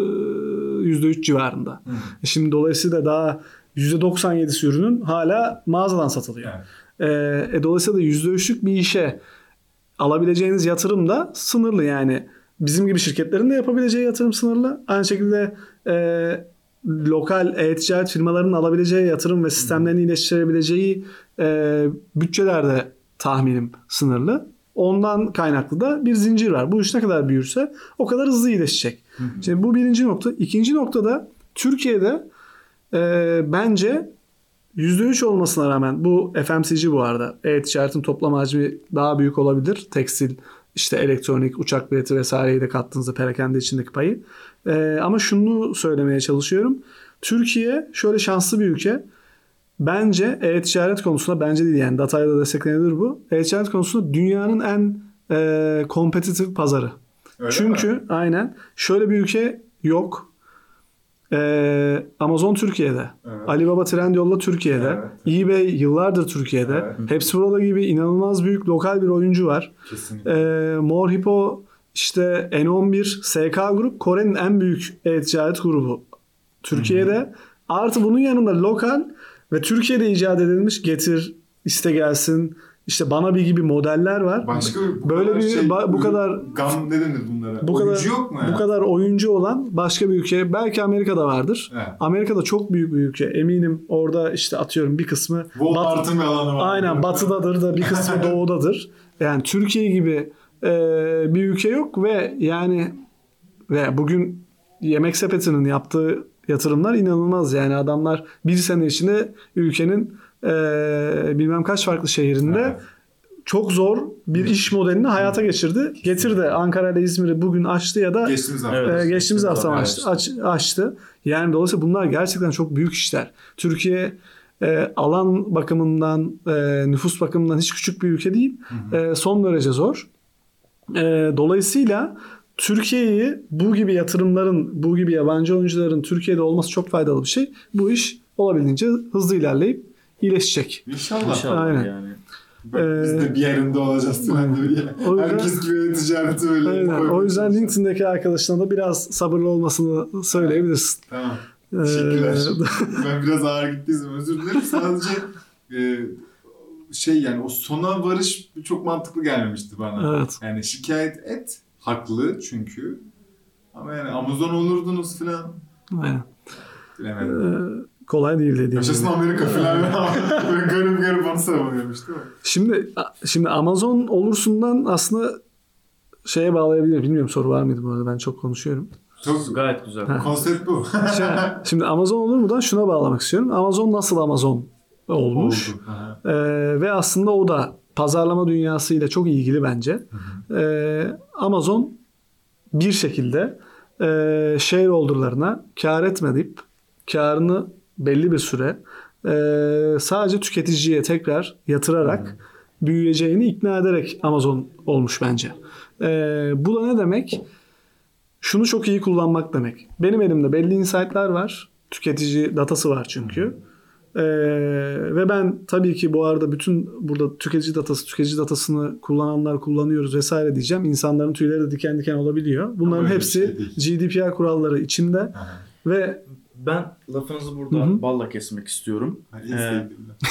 yüzde üç civarında. Hı hı. Şimdi dolayısıyla daha yüzde doksan yedisi ürünün hala mağazadan satılıyor. Evet. E, e, dolayısıyla yüzde üçlük bir işe alabileceğiniz yatırım da sınırlı yani. Bizim gibi şirketlerin de yapabileceği yatırım sınırlı. Aynı şekilde e, lokal e-ticaret firmalarının alabileceği yatırım ve sistemlerini iyileştirebileceği e, bütçeler de tahminim sınırlı. Ondan kaynaklı da bir zincir var. Bu iş ne kadar büyürse o kadar hızlı iyileşecek. Hı hı. Şimdi bu birinci nokta. İkinci noktada Türkiye'de e, bence yüzde üç olmasına rağmen bu F M C G bu arada. E-ticaretin toplam hacmi daha büyük olabilir. Tekstil, işte elektronik, uçak bileti vesaireyi de kattığınızda perakende içindeki payı. Ee, ama şunu söylemeye çalışıyorum. Türkiye şöyle şanslı bir ülke. Bence e-ticaret konusunda bence değil yani datayla da desteklenebilir bu. E-ticaret konusunda dünyanın en e, kompetitif pazarı. Öyle Çünkü mi? aynen şöyle bir ülke yok. Ee, Amazon Türkiye'de. Evet. Alibaba Trendyol'da Türkiye'de. Evet. eBay yıllardır Türkiye'de. Evet. Hepsi burada gibi inanılmaz büyük lokal bir oyuncu var. Kesinlikle. Ee, More Hippo, işte N on bir, S K Grup Kore'nin en büyük e-ticaret grubu Türkiye'de. Hı hı. Artı bunun yanında lokal ve Türkiye'de icat edilmiş Getir, iste gelsin, işte Banabi gibi modeller var. Başka bu böyle kadar bir şey, ba- bu kadar gam ne denir bunlara? bu Oyuncu kadar yok mu ya? bu kadar oyuncu olan başka bir ülke belki Amerika'da vardır. Evet. Amerika'da çok büyük bir ülke. Eminim orada işte atıyorum bir kısmı Walmart'ın bir alanı var. aynen batıdadır da bir kısmı doğudadır. Yani Türkiye gibi e, bir ülke yok ve yani ve bugün Yemek Sepeti'nin yaptığı yatırımlar inanılmaz. Yani adamlar bir sene içinde ülkenin e, bilmem kaç farklı şehrinde Evet. çok zor bir iş modelini hayata geçirdi. Getir de Ankara ile İzmir'i bugün açtı ya da Geçtiğimiz hafta. Evet. e, geçtiğimiz hafta Evet. açtı, aç, açtı. Yani dolayısıyla bunlar gerçekten çok büyük işler. Türkiye e, alan bakımından, e, nüfus bakımından hiç küçük bir ülke değil. Hı hı. E, son derece zor. E, dolayısıyla Türkiye'yi bu gibi yatırımların, bu gibi yabancı oyuncuların Türkiye'de olması çok faydalı bir şey. Bu iş olabildiğince hızlı ilerleyip iyileşecek. İnşallah. İnşallah Aynen. yani. Bak, biz de bir yerinde olacağız. Aynen. O yüzden- Herkes gibi ticareti öyle. Aynen. koymaya O yüzden çalışacağız. LinkedIn'deki arkadaşlarına da biraz sabırlı olmasını söyleyebilirsin. Tamam. Ee, Teşekkürler. ben biraz ağır gittiysem özür dilerim. Sadece e, şey yani o sona varış çok mantıklı gelmemişti bana. Evet. Yani şikayet et. Haklı çünkü. Ama yani Amazon olurdunuz falan. Aynen. Bilemedim. Ee, kolay değil dediğim Yaşasın gibi. Amerika falan. Böyle garip garip onu savunuyormuş değil mi? Şimdi şimdi Amazon olursundan aslında şeye bağlayabilirim. Bilmiyorum soru var mıydı bu arada, ben çok konuşuyorum. Çok gayet güzel. Ha. Konsept bu. Şimdi, şimdi Amazon olur mu da şuna bağlamak istiyorum. Amazon nasıl Amazon olmuş? Ee, ve aslında o da pazarlama dünyasıyla çok ilgili bence. Ee, Amazon bir şekilde e, shareholder'larına kar etmeyip karını belli bir süre e, sadece tüketiciye tekrar yatırarak hmm. büyüyeceğini ikna ederek Amazon olmuş bence. E, bu da ne demek? Şunu çok iyi kullanmak demek. Benim elimde belli insight'lar var. Tüketici datası var çünkü. Hmm. E, ve ben tabii ki bu arada bütün burada tüketici datası, tüketici datasını kullananlar kullanıyoruz vesaire diyeceğim. İnsanların tüyleri de diken diken olabiliyor. Bunların ama hepsi şey G D P R kuralları içinde. Aha. Ve ben lafınızı burada Hı-hı. balla kesmek istiyorum. Ee,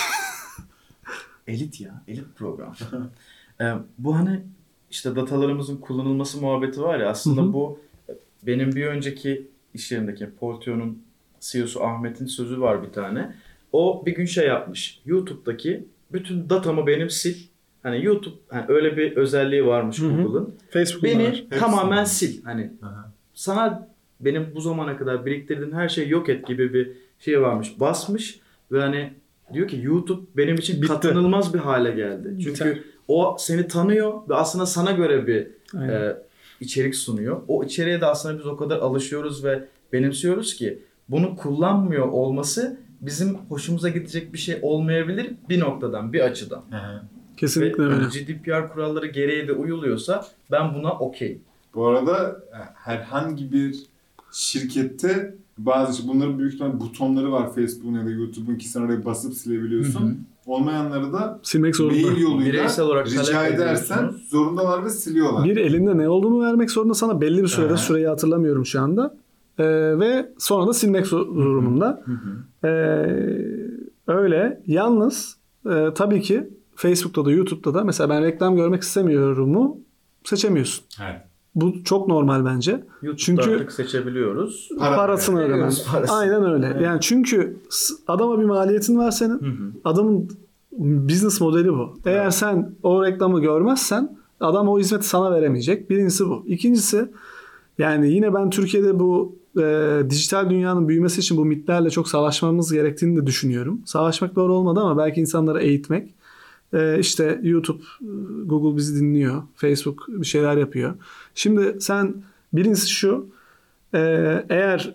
elit ya, elit program. ee, bu hani işte datalarımızın kullanılması muhabbeti var ya, aslında Hı-hı. bu benim bir önceki iş yerindeki Polteo'nun C E O'su Ahmet'in sözü var bir tane. O bir gün şey yapmış. YouTube'daki bütün datamı benim sil. Hani YouTube hani öyle bir özelliği varmış Hı-hı. Google'ın. Facebook beni var. tamamen sil. Hani Aha. sana benim bu zamana kadar biriktirdiğim her şeyi yok et gibi bir şey varmış. Basmış ve hani diyor ki YouTube benim için Bitti. katlanılmaz bir hale geldi. Çünkü Bitti. o seni tanıyor ve aslında sana göre bir e, içerik sunuyor. O içeriğe de aslında biz o kadar alışıyoruz ve benimsiyoruz ki bunu kullanmıyor olması bizim hoşumuza gidecek bir şey olmayabilir bir noktadan, bir açıdan. Hı-hı. Kesinlikle ve öyle. G D P R kuralları gereği de uyuluyorsa ben buna okey. Bu arada herhangi bir şirkette bazı bunların büyük ihtimalle butonları var Facebook'un ya da YouTube'un ki sen oraya basıp silebiliyorsun. Hı hı. Olmayanları da silmek zorunda. Mail yoluyla bireysel olarak rica edersen zorundalar ve siliyorlar. Bir elinde ne olduğunu vermek zorunda sana belli bir sürede, evet. süreyi hatırlamıyorum şu anda. Ee, ve sonra da silmek durumunda. Hı hı. Ee, öyle. Yalnız e, tabii ki Facebook'ta da YouTube'da da mesela ben reklam görmek istemiyorumu seçemiyorsun. Evet. Bu çok normal bence. YouTube'da çünkü artık seçebiliyoruz. Para parasını ödemen. Aynen öyle. Evet. Yani çünkü adama bir maliyetin var senin. Hı hı. Adamın business modeli bu. Eğer evet. sen o reklamı görmezsen adam o hizmeti sana veremeyecek. Birincisi bu. İkincisi yani yine ben Türkiye'de bu e, dijital dünyanın büyümesi için bu mitlerle çok savaşmamız gerektiğini de düşünüyorum. Savaşmak doğru olmadı ama belki insanları eğitmek. E, işte YouTube, Google bizi dinliyor. Facebook bir şeyler yapıyor. Şimdi sen birincisi şu, e, eğer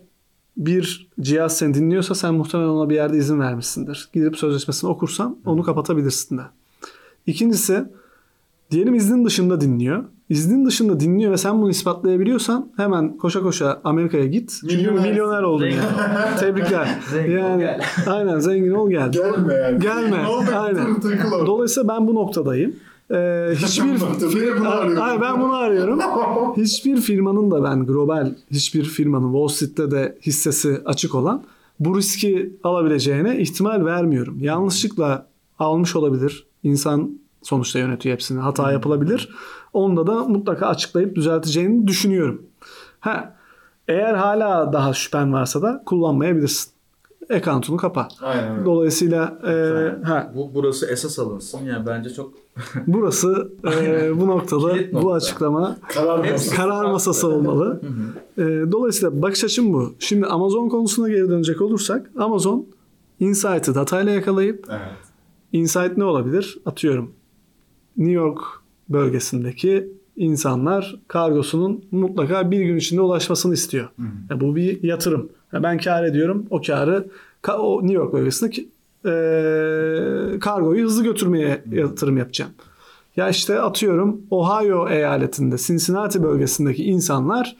bir cihaz seni dinliyorsa sen muhtemelen ona bir yerde izin vermişsindir. Gidip sözleşmesini okursan onu kapatabilirsin de. İkincisi, diyelim iznin dışında dinliyor. İznin dışında dinliyor ve sen bunu ispatlayabiliyorsan hemen koşa koşa Amerika'ya git. Çünkü milyoner, milyoner oldun yani. Tebrikler. Zengin yani, ol gel. Aynen zengin ol gel. Gelme yani. Gelme. Aynen. Dolayısıyla ben bu noktadayım. Ee, hiçbir fir- Ay, ben bunu arıyorum. Hiçbir firmanın da ben global hiçbir firmanın Wall Street'te de hissesi açık olan bu riski alabileceğine ihtimal vermiyorum. Yanlışlıkla almış olabilir. İnsan sonuçta yönetiyor hepsini. Hata yapılabilir. Onda da mutlaka açıklayıp düzelteceğini düşünüyorum. Ha, eğer hala daha şüphen varsa da kullanmayabilirsin. Account'unu kapa. Aynen. Dolayısıyla e, ha. Bu burası esas alınsın. Yani bence çok burası e, bu noktada bu açıklama karar masası, karar masası olmalı. e, dolayısıyla bakış açım bu. Şimdi Amazon konusuna geri dönecek olursak Amazon Insight'ı datayla yakalayıp evet. Insight ne olabilir? Atıyorum New York bölgesindeki insanlar kargosunun mutlaka bir gün içinde ulaşmasını istiyor. Yani bu bir yatırım. Yani ben kar ediyorum. O karı o New York bölgesinde e, kargoyu hızlı götürmeye Hı. yatırım yapacağım. Ya işte atıyorum Ohio eyaletinde Cincinnati bölgesindeki insanlar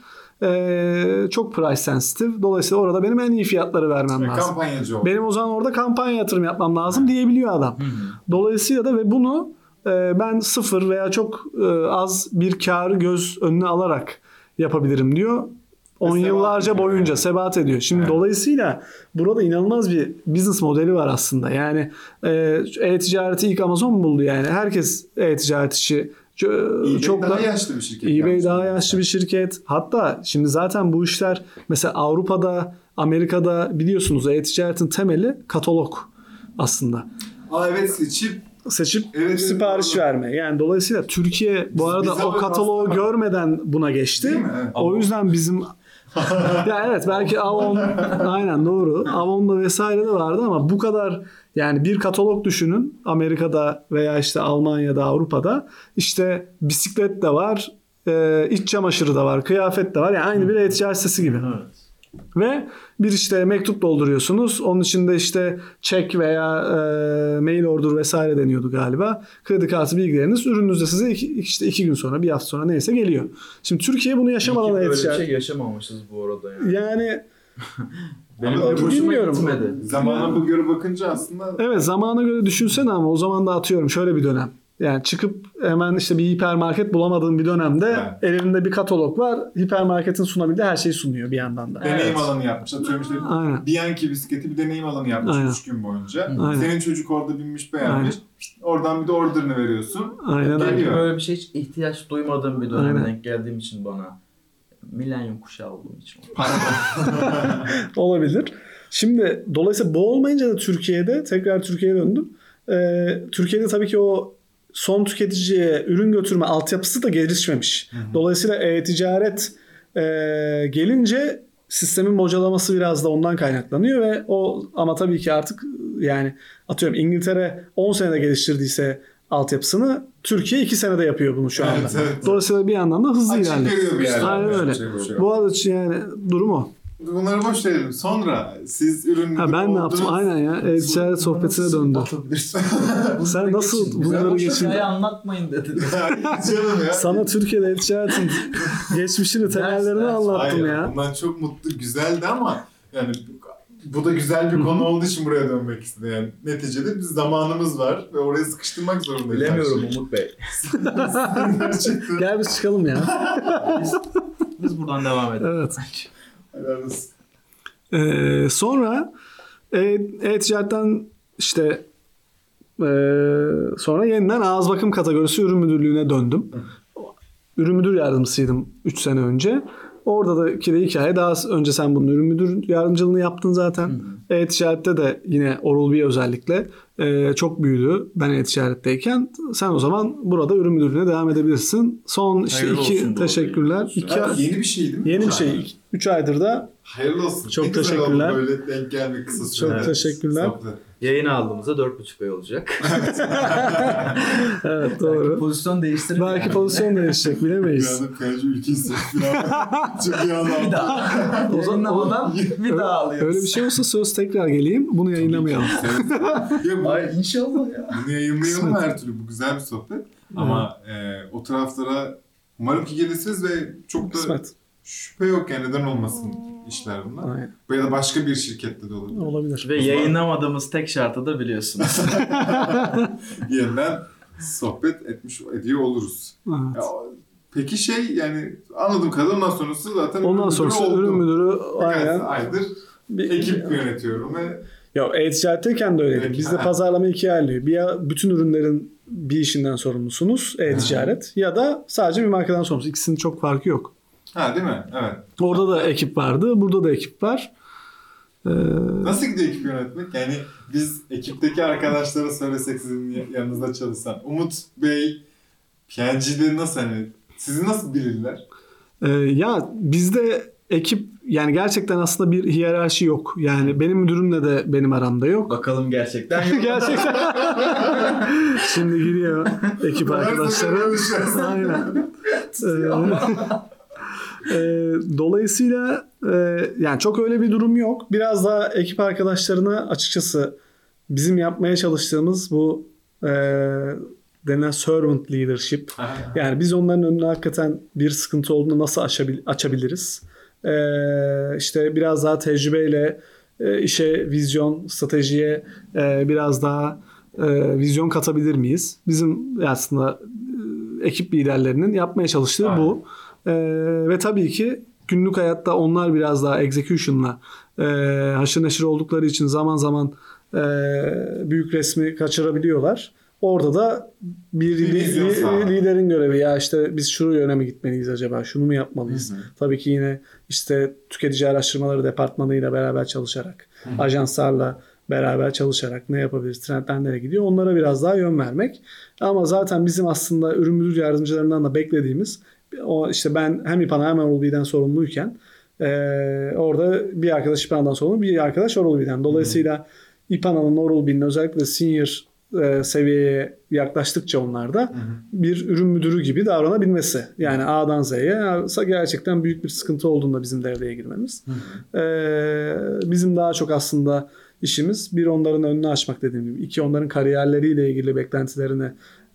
e, çok price sensitive. Dolayısıyla orada benim en iyi fiyatları vermem Ve lazım. Kampanyacı oldu. Benim o zaman orada kampanya yatırım yapmam lazım Hı. diyebiliyor adam. Hı. Dolayısıyla da ve bunu ben sıfır veya çok az bir karı göz önüne alarak yapabilirim diyor. on yıllarca boyunca yani. sebat ediyor. Şimdi evet. dolayısıyla burada inanılmaz bir business modeli var aslında. Yani e-ticareti ilk Amazon buldu yani. Herkes e-ticaret işi eBay çok daha da, yaşlı bir şirket. eBay daha yaşlı bir şirket. Hatta şimdi zaten bu işler mesela Avrupa'da, Amerika'da biliyorsunuz e-ticaretin temeli katalog aslında. Aa evet seçip seçip Evet, sipariş evet, verme. Yani dolayısıyla Türkiye bu Biz- arada biz o ama kataloğu aslında- görmeden buna geçti. Değil mi? Evet. O yüzden bizim ya evet belki Avon aynen doğru. Avon'da vesaire de vardı ama bu kadar yani bir katalog düşünün Amerika'da veya işte Almanya'da, Avrupa'da işte bisiklet de var, e, iç çamaşırı da var, kıyafet de var. Yani aynı bir e-ticaret sitesi gibi. Evet. Ve bir işte mektup dolduruyorsunuz. Onun içinde işte çek veya e, mail order vesaire deniyordu galiba. Kredi kartı bilgileriniz ürününüzde size iki, işte iki gün sonra bir hafta sonra neyse geliyor. Şimdi Türkiye bunu yaşamadan Böyle bir e-ticaret. şey yaşamamışız bu arada yani. Yani Benim Ama de hoşuma bilmiyorum. gitmedi. Zamana bu göre bakınca aslında evet zamana göre düşünsene ama o zaman da atıyorum şöyle bir dönem. Yani çıkıp hemen işte bir hipermarket bulamadığın bir dönemde Evet. elinde bir katalog var. Hipermarketin sunabildiği her şeyi sunuyor bir yandan da. Evet. deneyim alanı yapmış. Atıyorum işte Aynen. Bianchi bisikleti bir deneyim alanı yapmış Aynen. üç gün boyunca. Aynen. Senin çocuk orada binmiş beğenmiş. Aynen. Oradan bir de order'ını veriyorsun. Aynen öyle. Belki Geliyor. böyle bir şey hiç ihtiyaç duymadığım bir döneme Aynen. denk geldiğim için bana. Milenyum kuşağı olduğum için. Olabilir. Şimdi dolayısıyla bu olmayınca da Türkiye'de tekrar Türkiye'ye döndüm. Ee, Türkiye'de tabii ki o son tüketiciye ürün götürme altyapısı da gelişmemiş. Dolayısıyla e-ticaret e, gelince sistemin bocalaması biraz da ondan kaynaklanıyor ve o ama tabii ki artık yani atıyorum İngiltere on senede geliştirdiyse altyapısını Türkiye iki senede yapıyor bunu şu anda. Evet, evet. Dolayısıyla bir yandan da hızlı Açık ilerliyor. veriyor bir yerden. Aynen öyle. Yapacak bir şey yok. Bu arada yani durum o. Bunları boş verelim. Sonra siz ürün Ha ben ne yaptım? Aynen ya. E-ticaret sohbetine döndü. Sen nasıl bunları geçirdin? Hikaye anlatmayın dedin. Canım ya. Sana Türkiye'de e-ticaretin geçmişini, temellerini ders. anlattım Hayır, ya. bundan çok mutlu, güzeldi ama yani bu da güzel bir konu olduğu için buraya dönmek istedim. Yani neticede biz zamanımız var ve oraya sıkıştırmak zorundayız. Bilemiyorum her şeyi. Umut Bey. Gerçekten. Gel biz çıkalım ya. Biz, biz buradan devam edelim. Evet. Helal olsun. Ee, sonra e, e-ticaretten işte e, sonra yeniden ağız bakım kategorisi ürün müdürlüğüne döndüm. Ürün müdür yardımcısıydım üç sene önce. Orada da ki de hikaye daha önce sen bunun ürün müdür yardımcılığını yaptın zaten. Hı hı. E-ticarette de yine Oral-B özellikle e, çok büyüdü ben e-ticaretteyken. Sen o zaman burada ürün müdürlüğüne devam edebilirsin. Son işte Hayırlı iki olsun bu teşekkürler. arada. İki, Evet, yeni bir şey değil mi? yeni bir şey. üç aydır da Hayırlı olsun. Çok Ne güzel teşekkürler. oldu böyle denk gelmek kısa çok sürede. teşekkürler. Sohbet. Yayını aldığımızda dört buçuk ay olacak. Evet Belki doğru. pozisyon değiştirir. Belki yani. pozisyon değişecek Bir bilemeyiz. anda F G ülkesi falan. Çok iyi anlamda. Bir daha. Yayınlamadan bir daha alıyoruz. Öyle bir şey olsa söz tekrar geleyim. Bunu yayınlamayalım. Ya bu, Ay inşallah ya. bunu yayınlayalım her türlü. Bu güzel bir sohbet. Ama e, o taraflara umarım ki gelirsiniz ve çok da Kısmet. şüphe yok yani neden olmasın işler bunlar. Aynen. Ya da başka bir şirkette de olabilir. Olabilir. Ve yayınlamadığımız tek şartı da biliyorsunuz. Yeniden sohbet etmiş ediyor oluruz. Evet. Ya, peki şey yani anladığım kadarıyla ondan sonrası zaten Ondan ürün sonrası müdürü ürün oldum. müdürü Birkaç aynen. aydır Bir, ekip yönetiyorum ve Ya e-ticaretteyken de öyleydi. Peki, Bizde ha. pazarlama ikiye ayrılıyor. Bir ya bütün ürünlerin bir işinden sorumlusunuz e-ticaret ya da sadece bir markadan sorumlusunuz. İkisinin çok farkı yok. ha değil mi? Evet. Orada da ekip vardı. Burada da ekip var. Ee, Nasıl gidiyor ekip yönetmek? Yani biz ekipteki arkadaşlara söylesek sizin yanınızda çalışsan. Umut Bey P and G'de nasıl hani sizi nasıl bilirler? e, ya bizde ekip yani gerçekten aslında bir hiyerarşi yok. Yani benim müdürümle de benim aramda yok. Bakalım gerçekten yok. Gerçekten. Şimdi giriyor ekip arkadaşları. Aynen. Ee, e, dolayısıyla e, yani çok öyle bir durum yok. Biraz daha ekip arkadaşlarına açıkçası bizim yapmaya çalıştığımız bu e, denilen servant leadership. Yani biz onların önüne hakikaten bir sıkıntı olduğunda nasıl açabil- açabiliriz? Ee, işte biraz daha tecrübeyle e, işe vizyon, stratejiye e, biraz daha e, vizyon katabilir miyiz? Bizim aslında e, ekip liderlerinin yapmaya çalıştığı Aynen. bu. E, ve tabii ki günlük hayatta onlar biraz daha execution'la e, haşır neşir oldukları için zaman zaman e, büyük resmi kaçırabiliyorlar. Orada da bir, Bir li- vizyon li- sağlamak. liderin görevi ya işte biz şu yöne mi gitmeliyiz acaba? Şunu mu yapmalıyız? Hı hı. Tabii ki yine işte tüketici araştırmaları departmanıyla beraber çalışarak, ajanslarla beraber çalışarak ne yapabiliriz, trendler nereye gidiyor, onlara biraz daha yön vermek. Ama zaten bizim aslında ürün müdür yardımcılarından da beklediğimiz, o işte ben hem İPANA hem Oral-B'den sorumluyken e, orada bir arkadaş İPANA'dan sorumlu, bir arkadaş Oral-B'den. Dolayısıyla İPANA'nın, Oral-B'nin özellikle senior e, seviyeye yaklaştıkça onlar da hı hı. bir ürün müdürü gibi davranabilmesi. Yani A'dan Z'ye gerçekten büyük bir sıkıntı olduğunda bizim devreye girmemiz. Hı hı. E, bizim daha çok aslında işimiz bir onların önünü açmak dediğim gibi. İki onların kariyerleriyle ilgili beklentilerini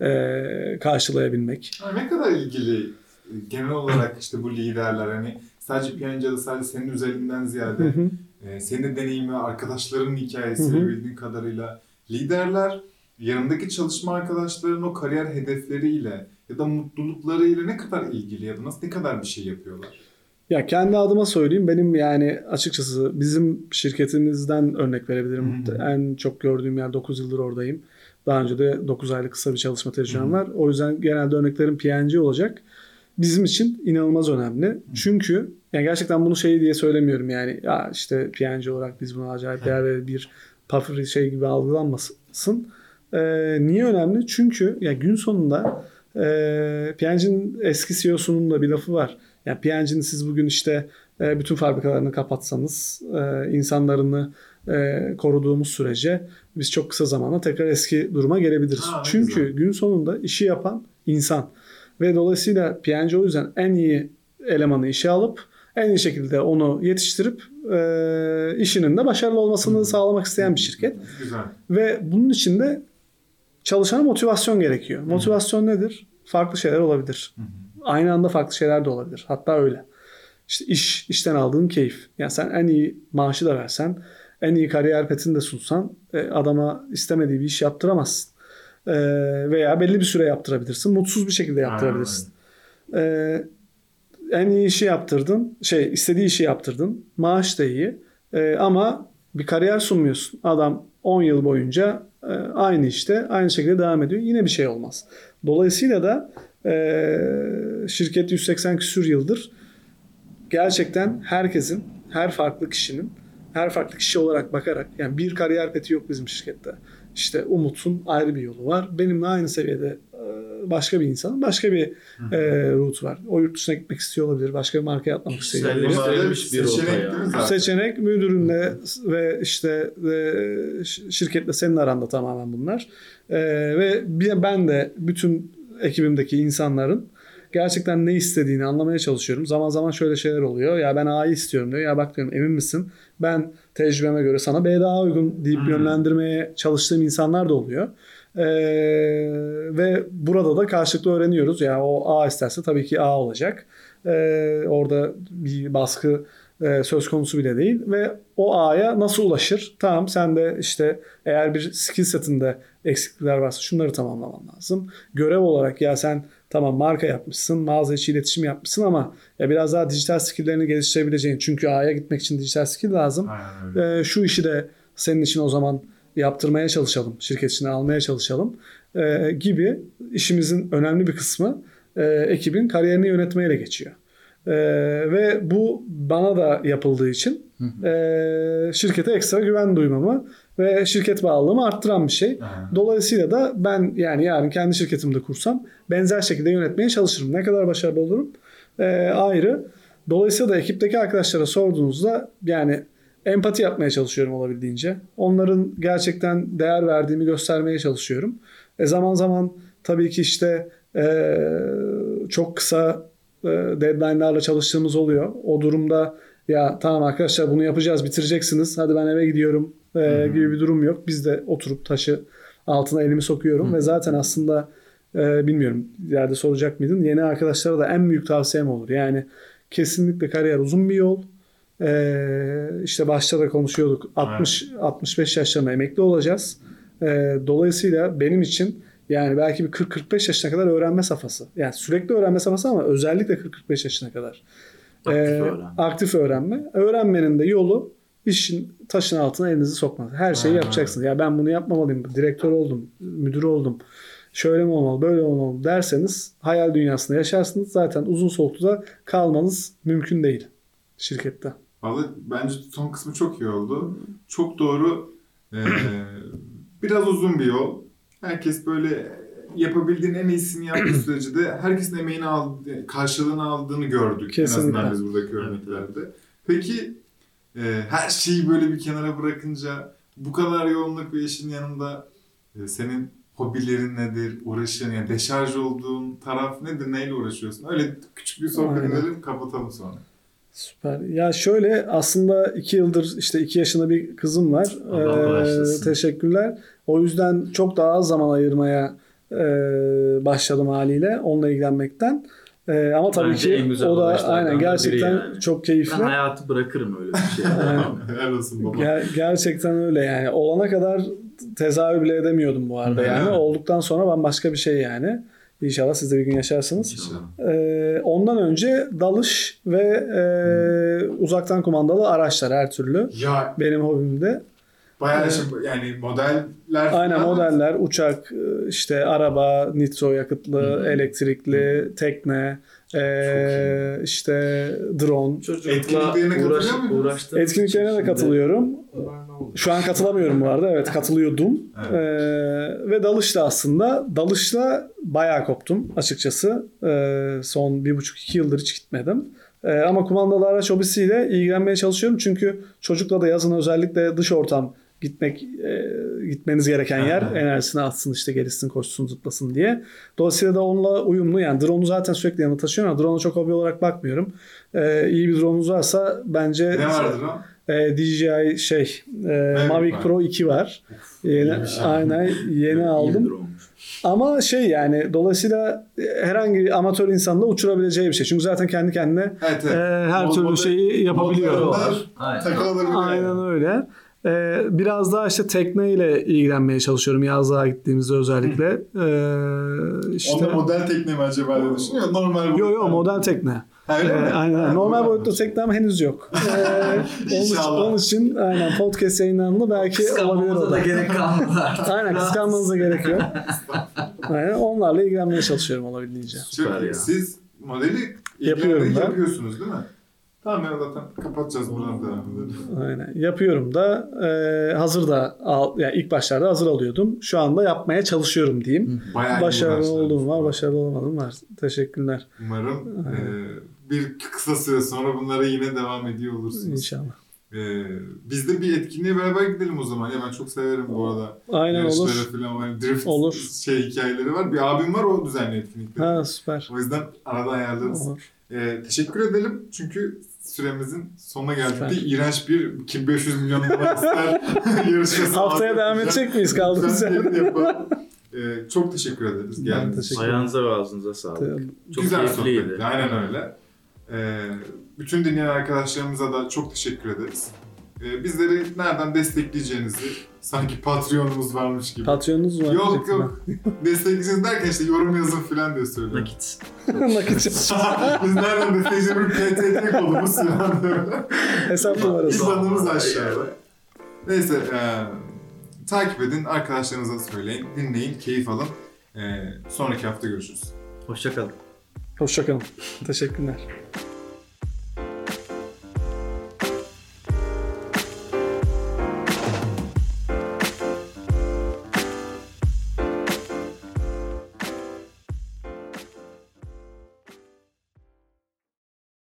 e, karşılayabilmek. Ne kadar ilgili genel olarak işte bu liderler hani sadece P and G'de sadece senin üzerinden ziyade hı hı. E, senin deneyimi, arkadaşların hikayesi hı hı. bildiğin kadarıyla liderler yanındaki çalışma arkadaşlarının o kariyer hedefleriyle ya da mutluluklarıyla ne kadar ilgili ya da nasıl ne kadar bir şey yapıyorlar? Ya kendi adıma söyleyeyim, benim yani açıkçası bizim şirketimizden örnek verebilirim. Hı hı. En çok gördüğüm yer dokuz yıldır oradayım. Daha önce de dokuz aylık kısa bir çalışma tecrübem hı hı. var. O yüzden genelde örneklerim P and G olacak. Bizim için inanılmaz önemli. Hı. Çünkü yani gerçekten bunu şey diye söylemiyorum yani ya işte P and G olarak biz buna acayip değer ve bir puffer şey gibi algılanmasın. Ee, niye önemli? Çünkü ya gün sonunda e, P and G'nin eski C E O'sunun da bir lafı var. Yani P and G'nin siz bugün işte e, bütün fabrikalarını kapatsanız, e, insanlarını e, koruduğumuz sürece biz çok kısa zamanda tekrar eski duruma gelebiliriz. Ha, Çünkü güzel. Gün sonunda işi yapan insan ve dolayısıyla P and G o yüzden en iyi elemanı işe alıp en iyi şekilde onu yetiştirip e, işinin de başarılı olmasını Hı-hı. sağlamak isteyen bir şirket. Güzel. Ve bunun için de çalışana motivasyon gerekiyor. Hı-hı. Motivasyon nedir? Farklı şeyler olabilir. Hı-hı. Aynı anda farklı şeyler de olabilir. Hatta öyle. İşte iş, işten aldığın keyif. Yani sen en iyi maaşı da versen, en iyi kariyer petini de sunsan adama istemediği bir iş yaptıramazsın. E, veya belli bir süre yaptırabilirsin. Mutsuz bir şekilde yaptırabilirsin. E, en iyi işi yaptırdın. Şey, istediği işi yaptırdın. Maaş da iyi. E, ama bir kariyer sunmuyorsun. Adam on yıl boyunca e, aynı işte, aynı şekilde devam ediyor. Yine bir şey olmaz. Dolayısıyla da e, şirket yüz seksen küsur yıldır gerçekten herkesin, her farklı kişinin, her farklı kişi olarak bakarak, yani bir kariyer peti yok bizim şirkette. İşte Umut'un ayrı bir yolu var. Benimle aynı seviyede başka bir insanın başka bir e, route var. O yurt dışına gitmek istiyor olabilir. Başka bir markaya atlamak istiyor olabilir. Bir seçenek, seçenek müdürünle ve işte e, şirketle senin aranda tamamen bunlar. E, ve ben de bütün ekibimdeki insanların gerçekten ne istediğini anlamaya çalışıyorum. Zaman zaman şöyle şeyler oluyor. Ya ben A'yı istiyorum diyor. Ya bak diyorum, emin misin? Ben tecrübeme göre sana B daha uygun deyip hmm. yönlendirmeye çalıştığım insanlar da oluyor. Ee, ve burada da karşılıklı öğreniyoruz. Yani o A isterse tabii ki A olacak. Ee, orada bir baskı e, söz konusu bile değil. Ve o A'ya nasıl ulaşır? Tamam, sen de işte eğer bir skill setinde eksiklikler varsa şunları tamamlaman lazım. Görev olarak ya sen tamam marka yapmışsın, mağaza içi iletişim yapmışsın ama ya biraz daha dijital skill'lerini geliştirebileceğin. Çünkü A'ya gitmek için dijital skill lazım. Ee, şu işi de senin için o zaman yaptırmaya çalışalım. Şirket içine almaya çalışalım. Ee, gibi işimizin önemli bir kısmı e, ekibin kariyerini yönetmeyle geçiyor. Ee, ve bu bana da yapıldığı için e, şirkete ekstra güven duymamı ve şirket bağlılığımı arttıran bir şey. Aha. Dolayısıyla da ben yani yarın kendi şirketimde kursam benzer şekilde yönetmeye çalışırım. Ne kadar başarılı olurum e, ayrı. Dolayısıyla da ekipteki arkadaşlara sorduğunuzda yani empati yapmaya çalışıyorum olabildiğince. Onların gerçekten değer verdiğimi göstermeye çalışıyorum. E zaman zaman tabii ki işte e, çok kısa e, deadline'larla çalıştığımız oluyor. O durumda ya tamam arkadaşlar bunu yapacağız, bitireceksiniz. Hadi ben eve gidiyorum e, gibi bir durum yok. Biz de oturup taşı altına elimi sokuyorum. Hı-hı. Ve zaten aslında e, bilmiyorum ileride soracak mıydın? Yeni arkadaşlara da en büyük tavsiyem olur. Yani kesinlikle kariyer uzun bir yol. Ee, işte başta da konuşuyorduk. altmış altmış beş yaşlarında emekli olacağız. Ee, dolayısıyla benim için yani belki bir kırk kırk beş yaşına kadar öğrenme safhası. Yani sürekli öğrenme safhası ama özellikle kırk kırk beş yaşına kadar. Aktif, ee, öğrenme. aktif öğrenme. Öğrenmenin de yolu işin taşın altına elinizi sokmak. Her şeyi Aynen. yapacaksınız. Ya ben bunu yapmamalıyım. Direktör oldum, müdür oldum. Şöyle mi olmalı, böyle olmalı derseniz hayal dünyasında yaşarsınız. Zaten uzun soluklu kalmanız mümkün değil şirkette. Vallahi bence son kısmı çok iyi oldu. Çok doğru Ee, biraz uzun bir yol. Herkes böyle yapabildiğin en iyisini yaptığı sürece de herkesin emeğini aldı, karşılığını aldığını gördük. Kesinlikle. En azından biz buradaki örneklerde. Peki e, her şeyi böyle bir kenara bırakınca bu kadar yoğunluk ve işin yanında e, senin hobilerin nedir, uğraşın, yani deşarj olduğun taraf nedir, neyle uğraşıyorsun? Öyle küçük bir sohbet edelim, kapatalım sonra. Süper. Ya şöyle aslında iki yıldır işte iki yaşında bir kızım var. Ee, teşekkürler. O yüzden çok daha az zaman ayırmaya e, başladım haliyle onunla ilgilenmekten. E, ama tabii Bence ki o da aynen gerçekten yani. Çok keyifli. Ben hayatı bırakırım öyle bir şey. Helal olsun baba. Ger- gerçekten öyle yani. Olana kadar tezahür bile edemiyordum bu arada yani. Olduktan sonra bambaşka bir şey yani. İnşallah siz de bir gün yaşarsınız. İnşallah. Ee, ondan önce dalış ve e, uzaktan kumandalı araçlar her türlü. Ya benim hobimde. bayağı ee, şey, yani modeller. Aynen modeller, uçak, işte araba, nitro yakıtlı, Hı-hı. elektrikli, Hı-hı. tekne, e, işte drone. Etkinliklerine uğraş, katılıyor Etkinliklerine de katılıyorum. Şu an katılamıyorum bu arada. Evet katılıyordum. Evet. Ee, ve dalışla aslında. Dalışla bayağı koptum açıkçası. Ee, son bir buçuk iki yıldır hiç gitmedim. Ee, ama kumandalı araç hobisiyle ilgilenmeye çalışıyorum. Çünkü çocukla da yazın özellikle dış ortam gitmek e, gitmeniz gereken yer. Evet. Enerjisini atsın işte gelişsin koşsun zıplasın diye. Dolayısıyla da onunla uyumlu. Yani drone'u zaten sürekli yanına taşıyorum ama drone'a çok hobi olarak bakmıyorum. Ee, iyi bir drone'unuz varsa bence... Ne vardır o? D J I şey e, Mavic var. Pro iki var. Of, yeni, şey. Aynen yeni aldım. Ama şey yani dolayısıyla herhangi bir amatör insanla uçurabileceği bir şey. Çünkü zaten kendi kendine evet, evet. E, her Mod, türlü şeyi yapabiliyor. Aynen. Aynen öyle. Ee, biraz daha işte tekneyle ilgilenmeye çalışıyorum yazlığa gittiğimizde özellikle. Ee, işte... Onda model tekne mi acaba diye düşünüyor? Normal Yok yok model tekne. Ee, aynen. Normal boyutlu teknem henüz yok. Ee, onun, için, onun için aynen podcast yayınlandı belki olabilir o da. da gerek kalmadı artık. Aynen kıskanmanıza gerek yok. Aynen onlarla ilgilenmeye çalışıyorum olabildiğince. Süper ya. Siz modeli yapıyorum da. Yapıyorsunuz değil mi? Tamam ya zaten kapatacağız buradan devam edelim. Aynen. Yapıyorum da e, hazır da al, yani ilk başlarda hazır alıyordum. Şu anda yapmaya çalışıyorum diyeyim. Bayağı başarılı olduğum var, başarılı olmadığım var. Teşekkürler. Umarım e, bir kısa süre sonra bunlara yine devam ediyor olursunuz. İnşallah. Ee, biz de bir etkinliğe beraber gidelim o zaman. Ya ben çok severim bu arada. Aynen olur. Falan, yani drift olur. Şey hikayeleri var. Bir abim var o düzenli etkinlikleri. Ha süper. O yüzden arada ayarlarız. Olur. Ee, teşekkür edelim çünkü süremizin sonuna geldik. Bir iğrenç bir iki bin beş yüz milyon dolar ister yarışması. Haftaya devam edecek miyiz kaldığımız yerden? ee, çok teşekkür ederiz. Teşekkür Ayağınıza ve ağzınıza sağlık. Çok güzel keyifliydi. Sohbetti. Aynen öyle. Ee, bütün dinleyen arkadaşlarımıza da çok teşekkür ederiz. Ee, bizleri nereden destekleyeceğinizi sanki Patreon'umuz varmış gibi. Patreon'unuz var. Yok yok. Destekleyeceğiniz derken işte yorum yazın falan diye söylüyorum. Nakit. Nakit. Biz nereden destekleyeceğimiz P T T kodumuz falan böyle. Hesap numarası. İbanımız aşağıda. Neyse e, takip edin, arkadaşlarınıza söyleyin, dinleyin, keyif alın. E, sonraki hafta görüşürüz. Hoşça kalın. Hoşça kalın. Teşekkürler.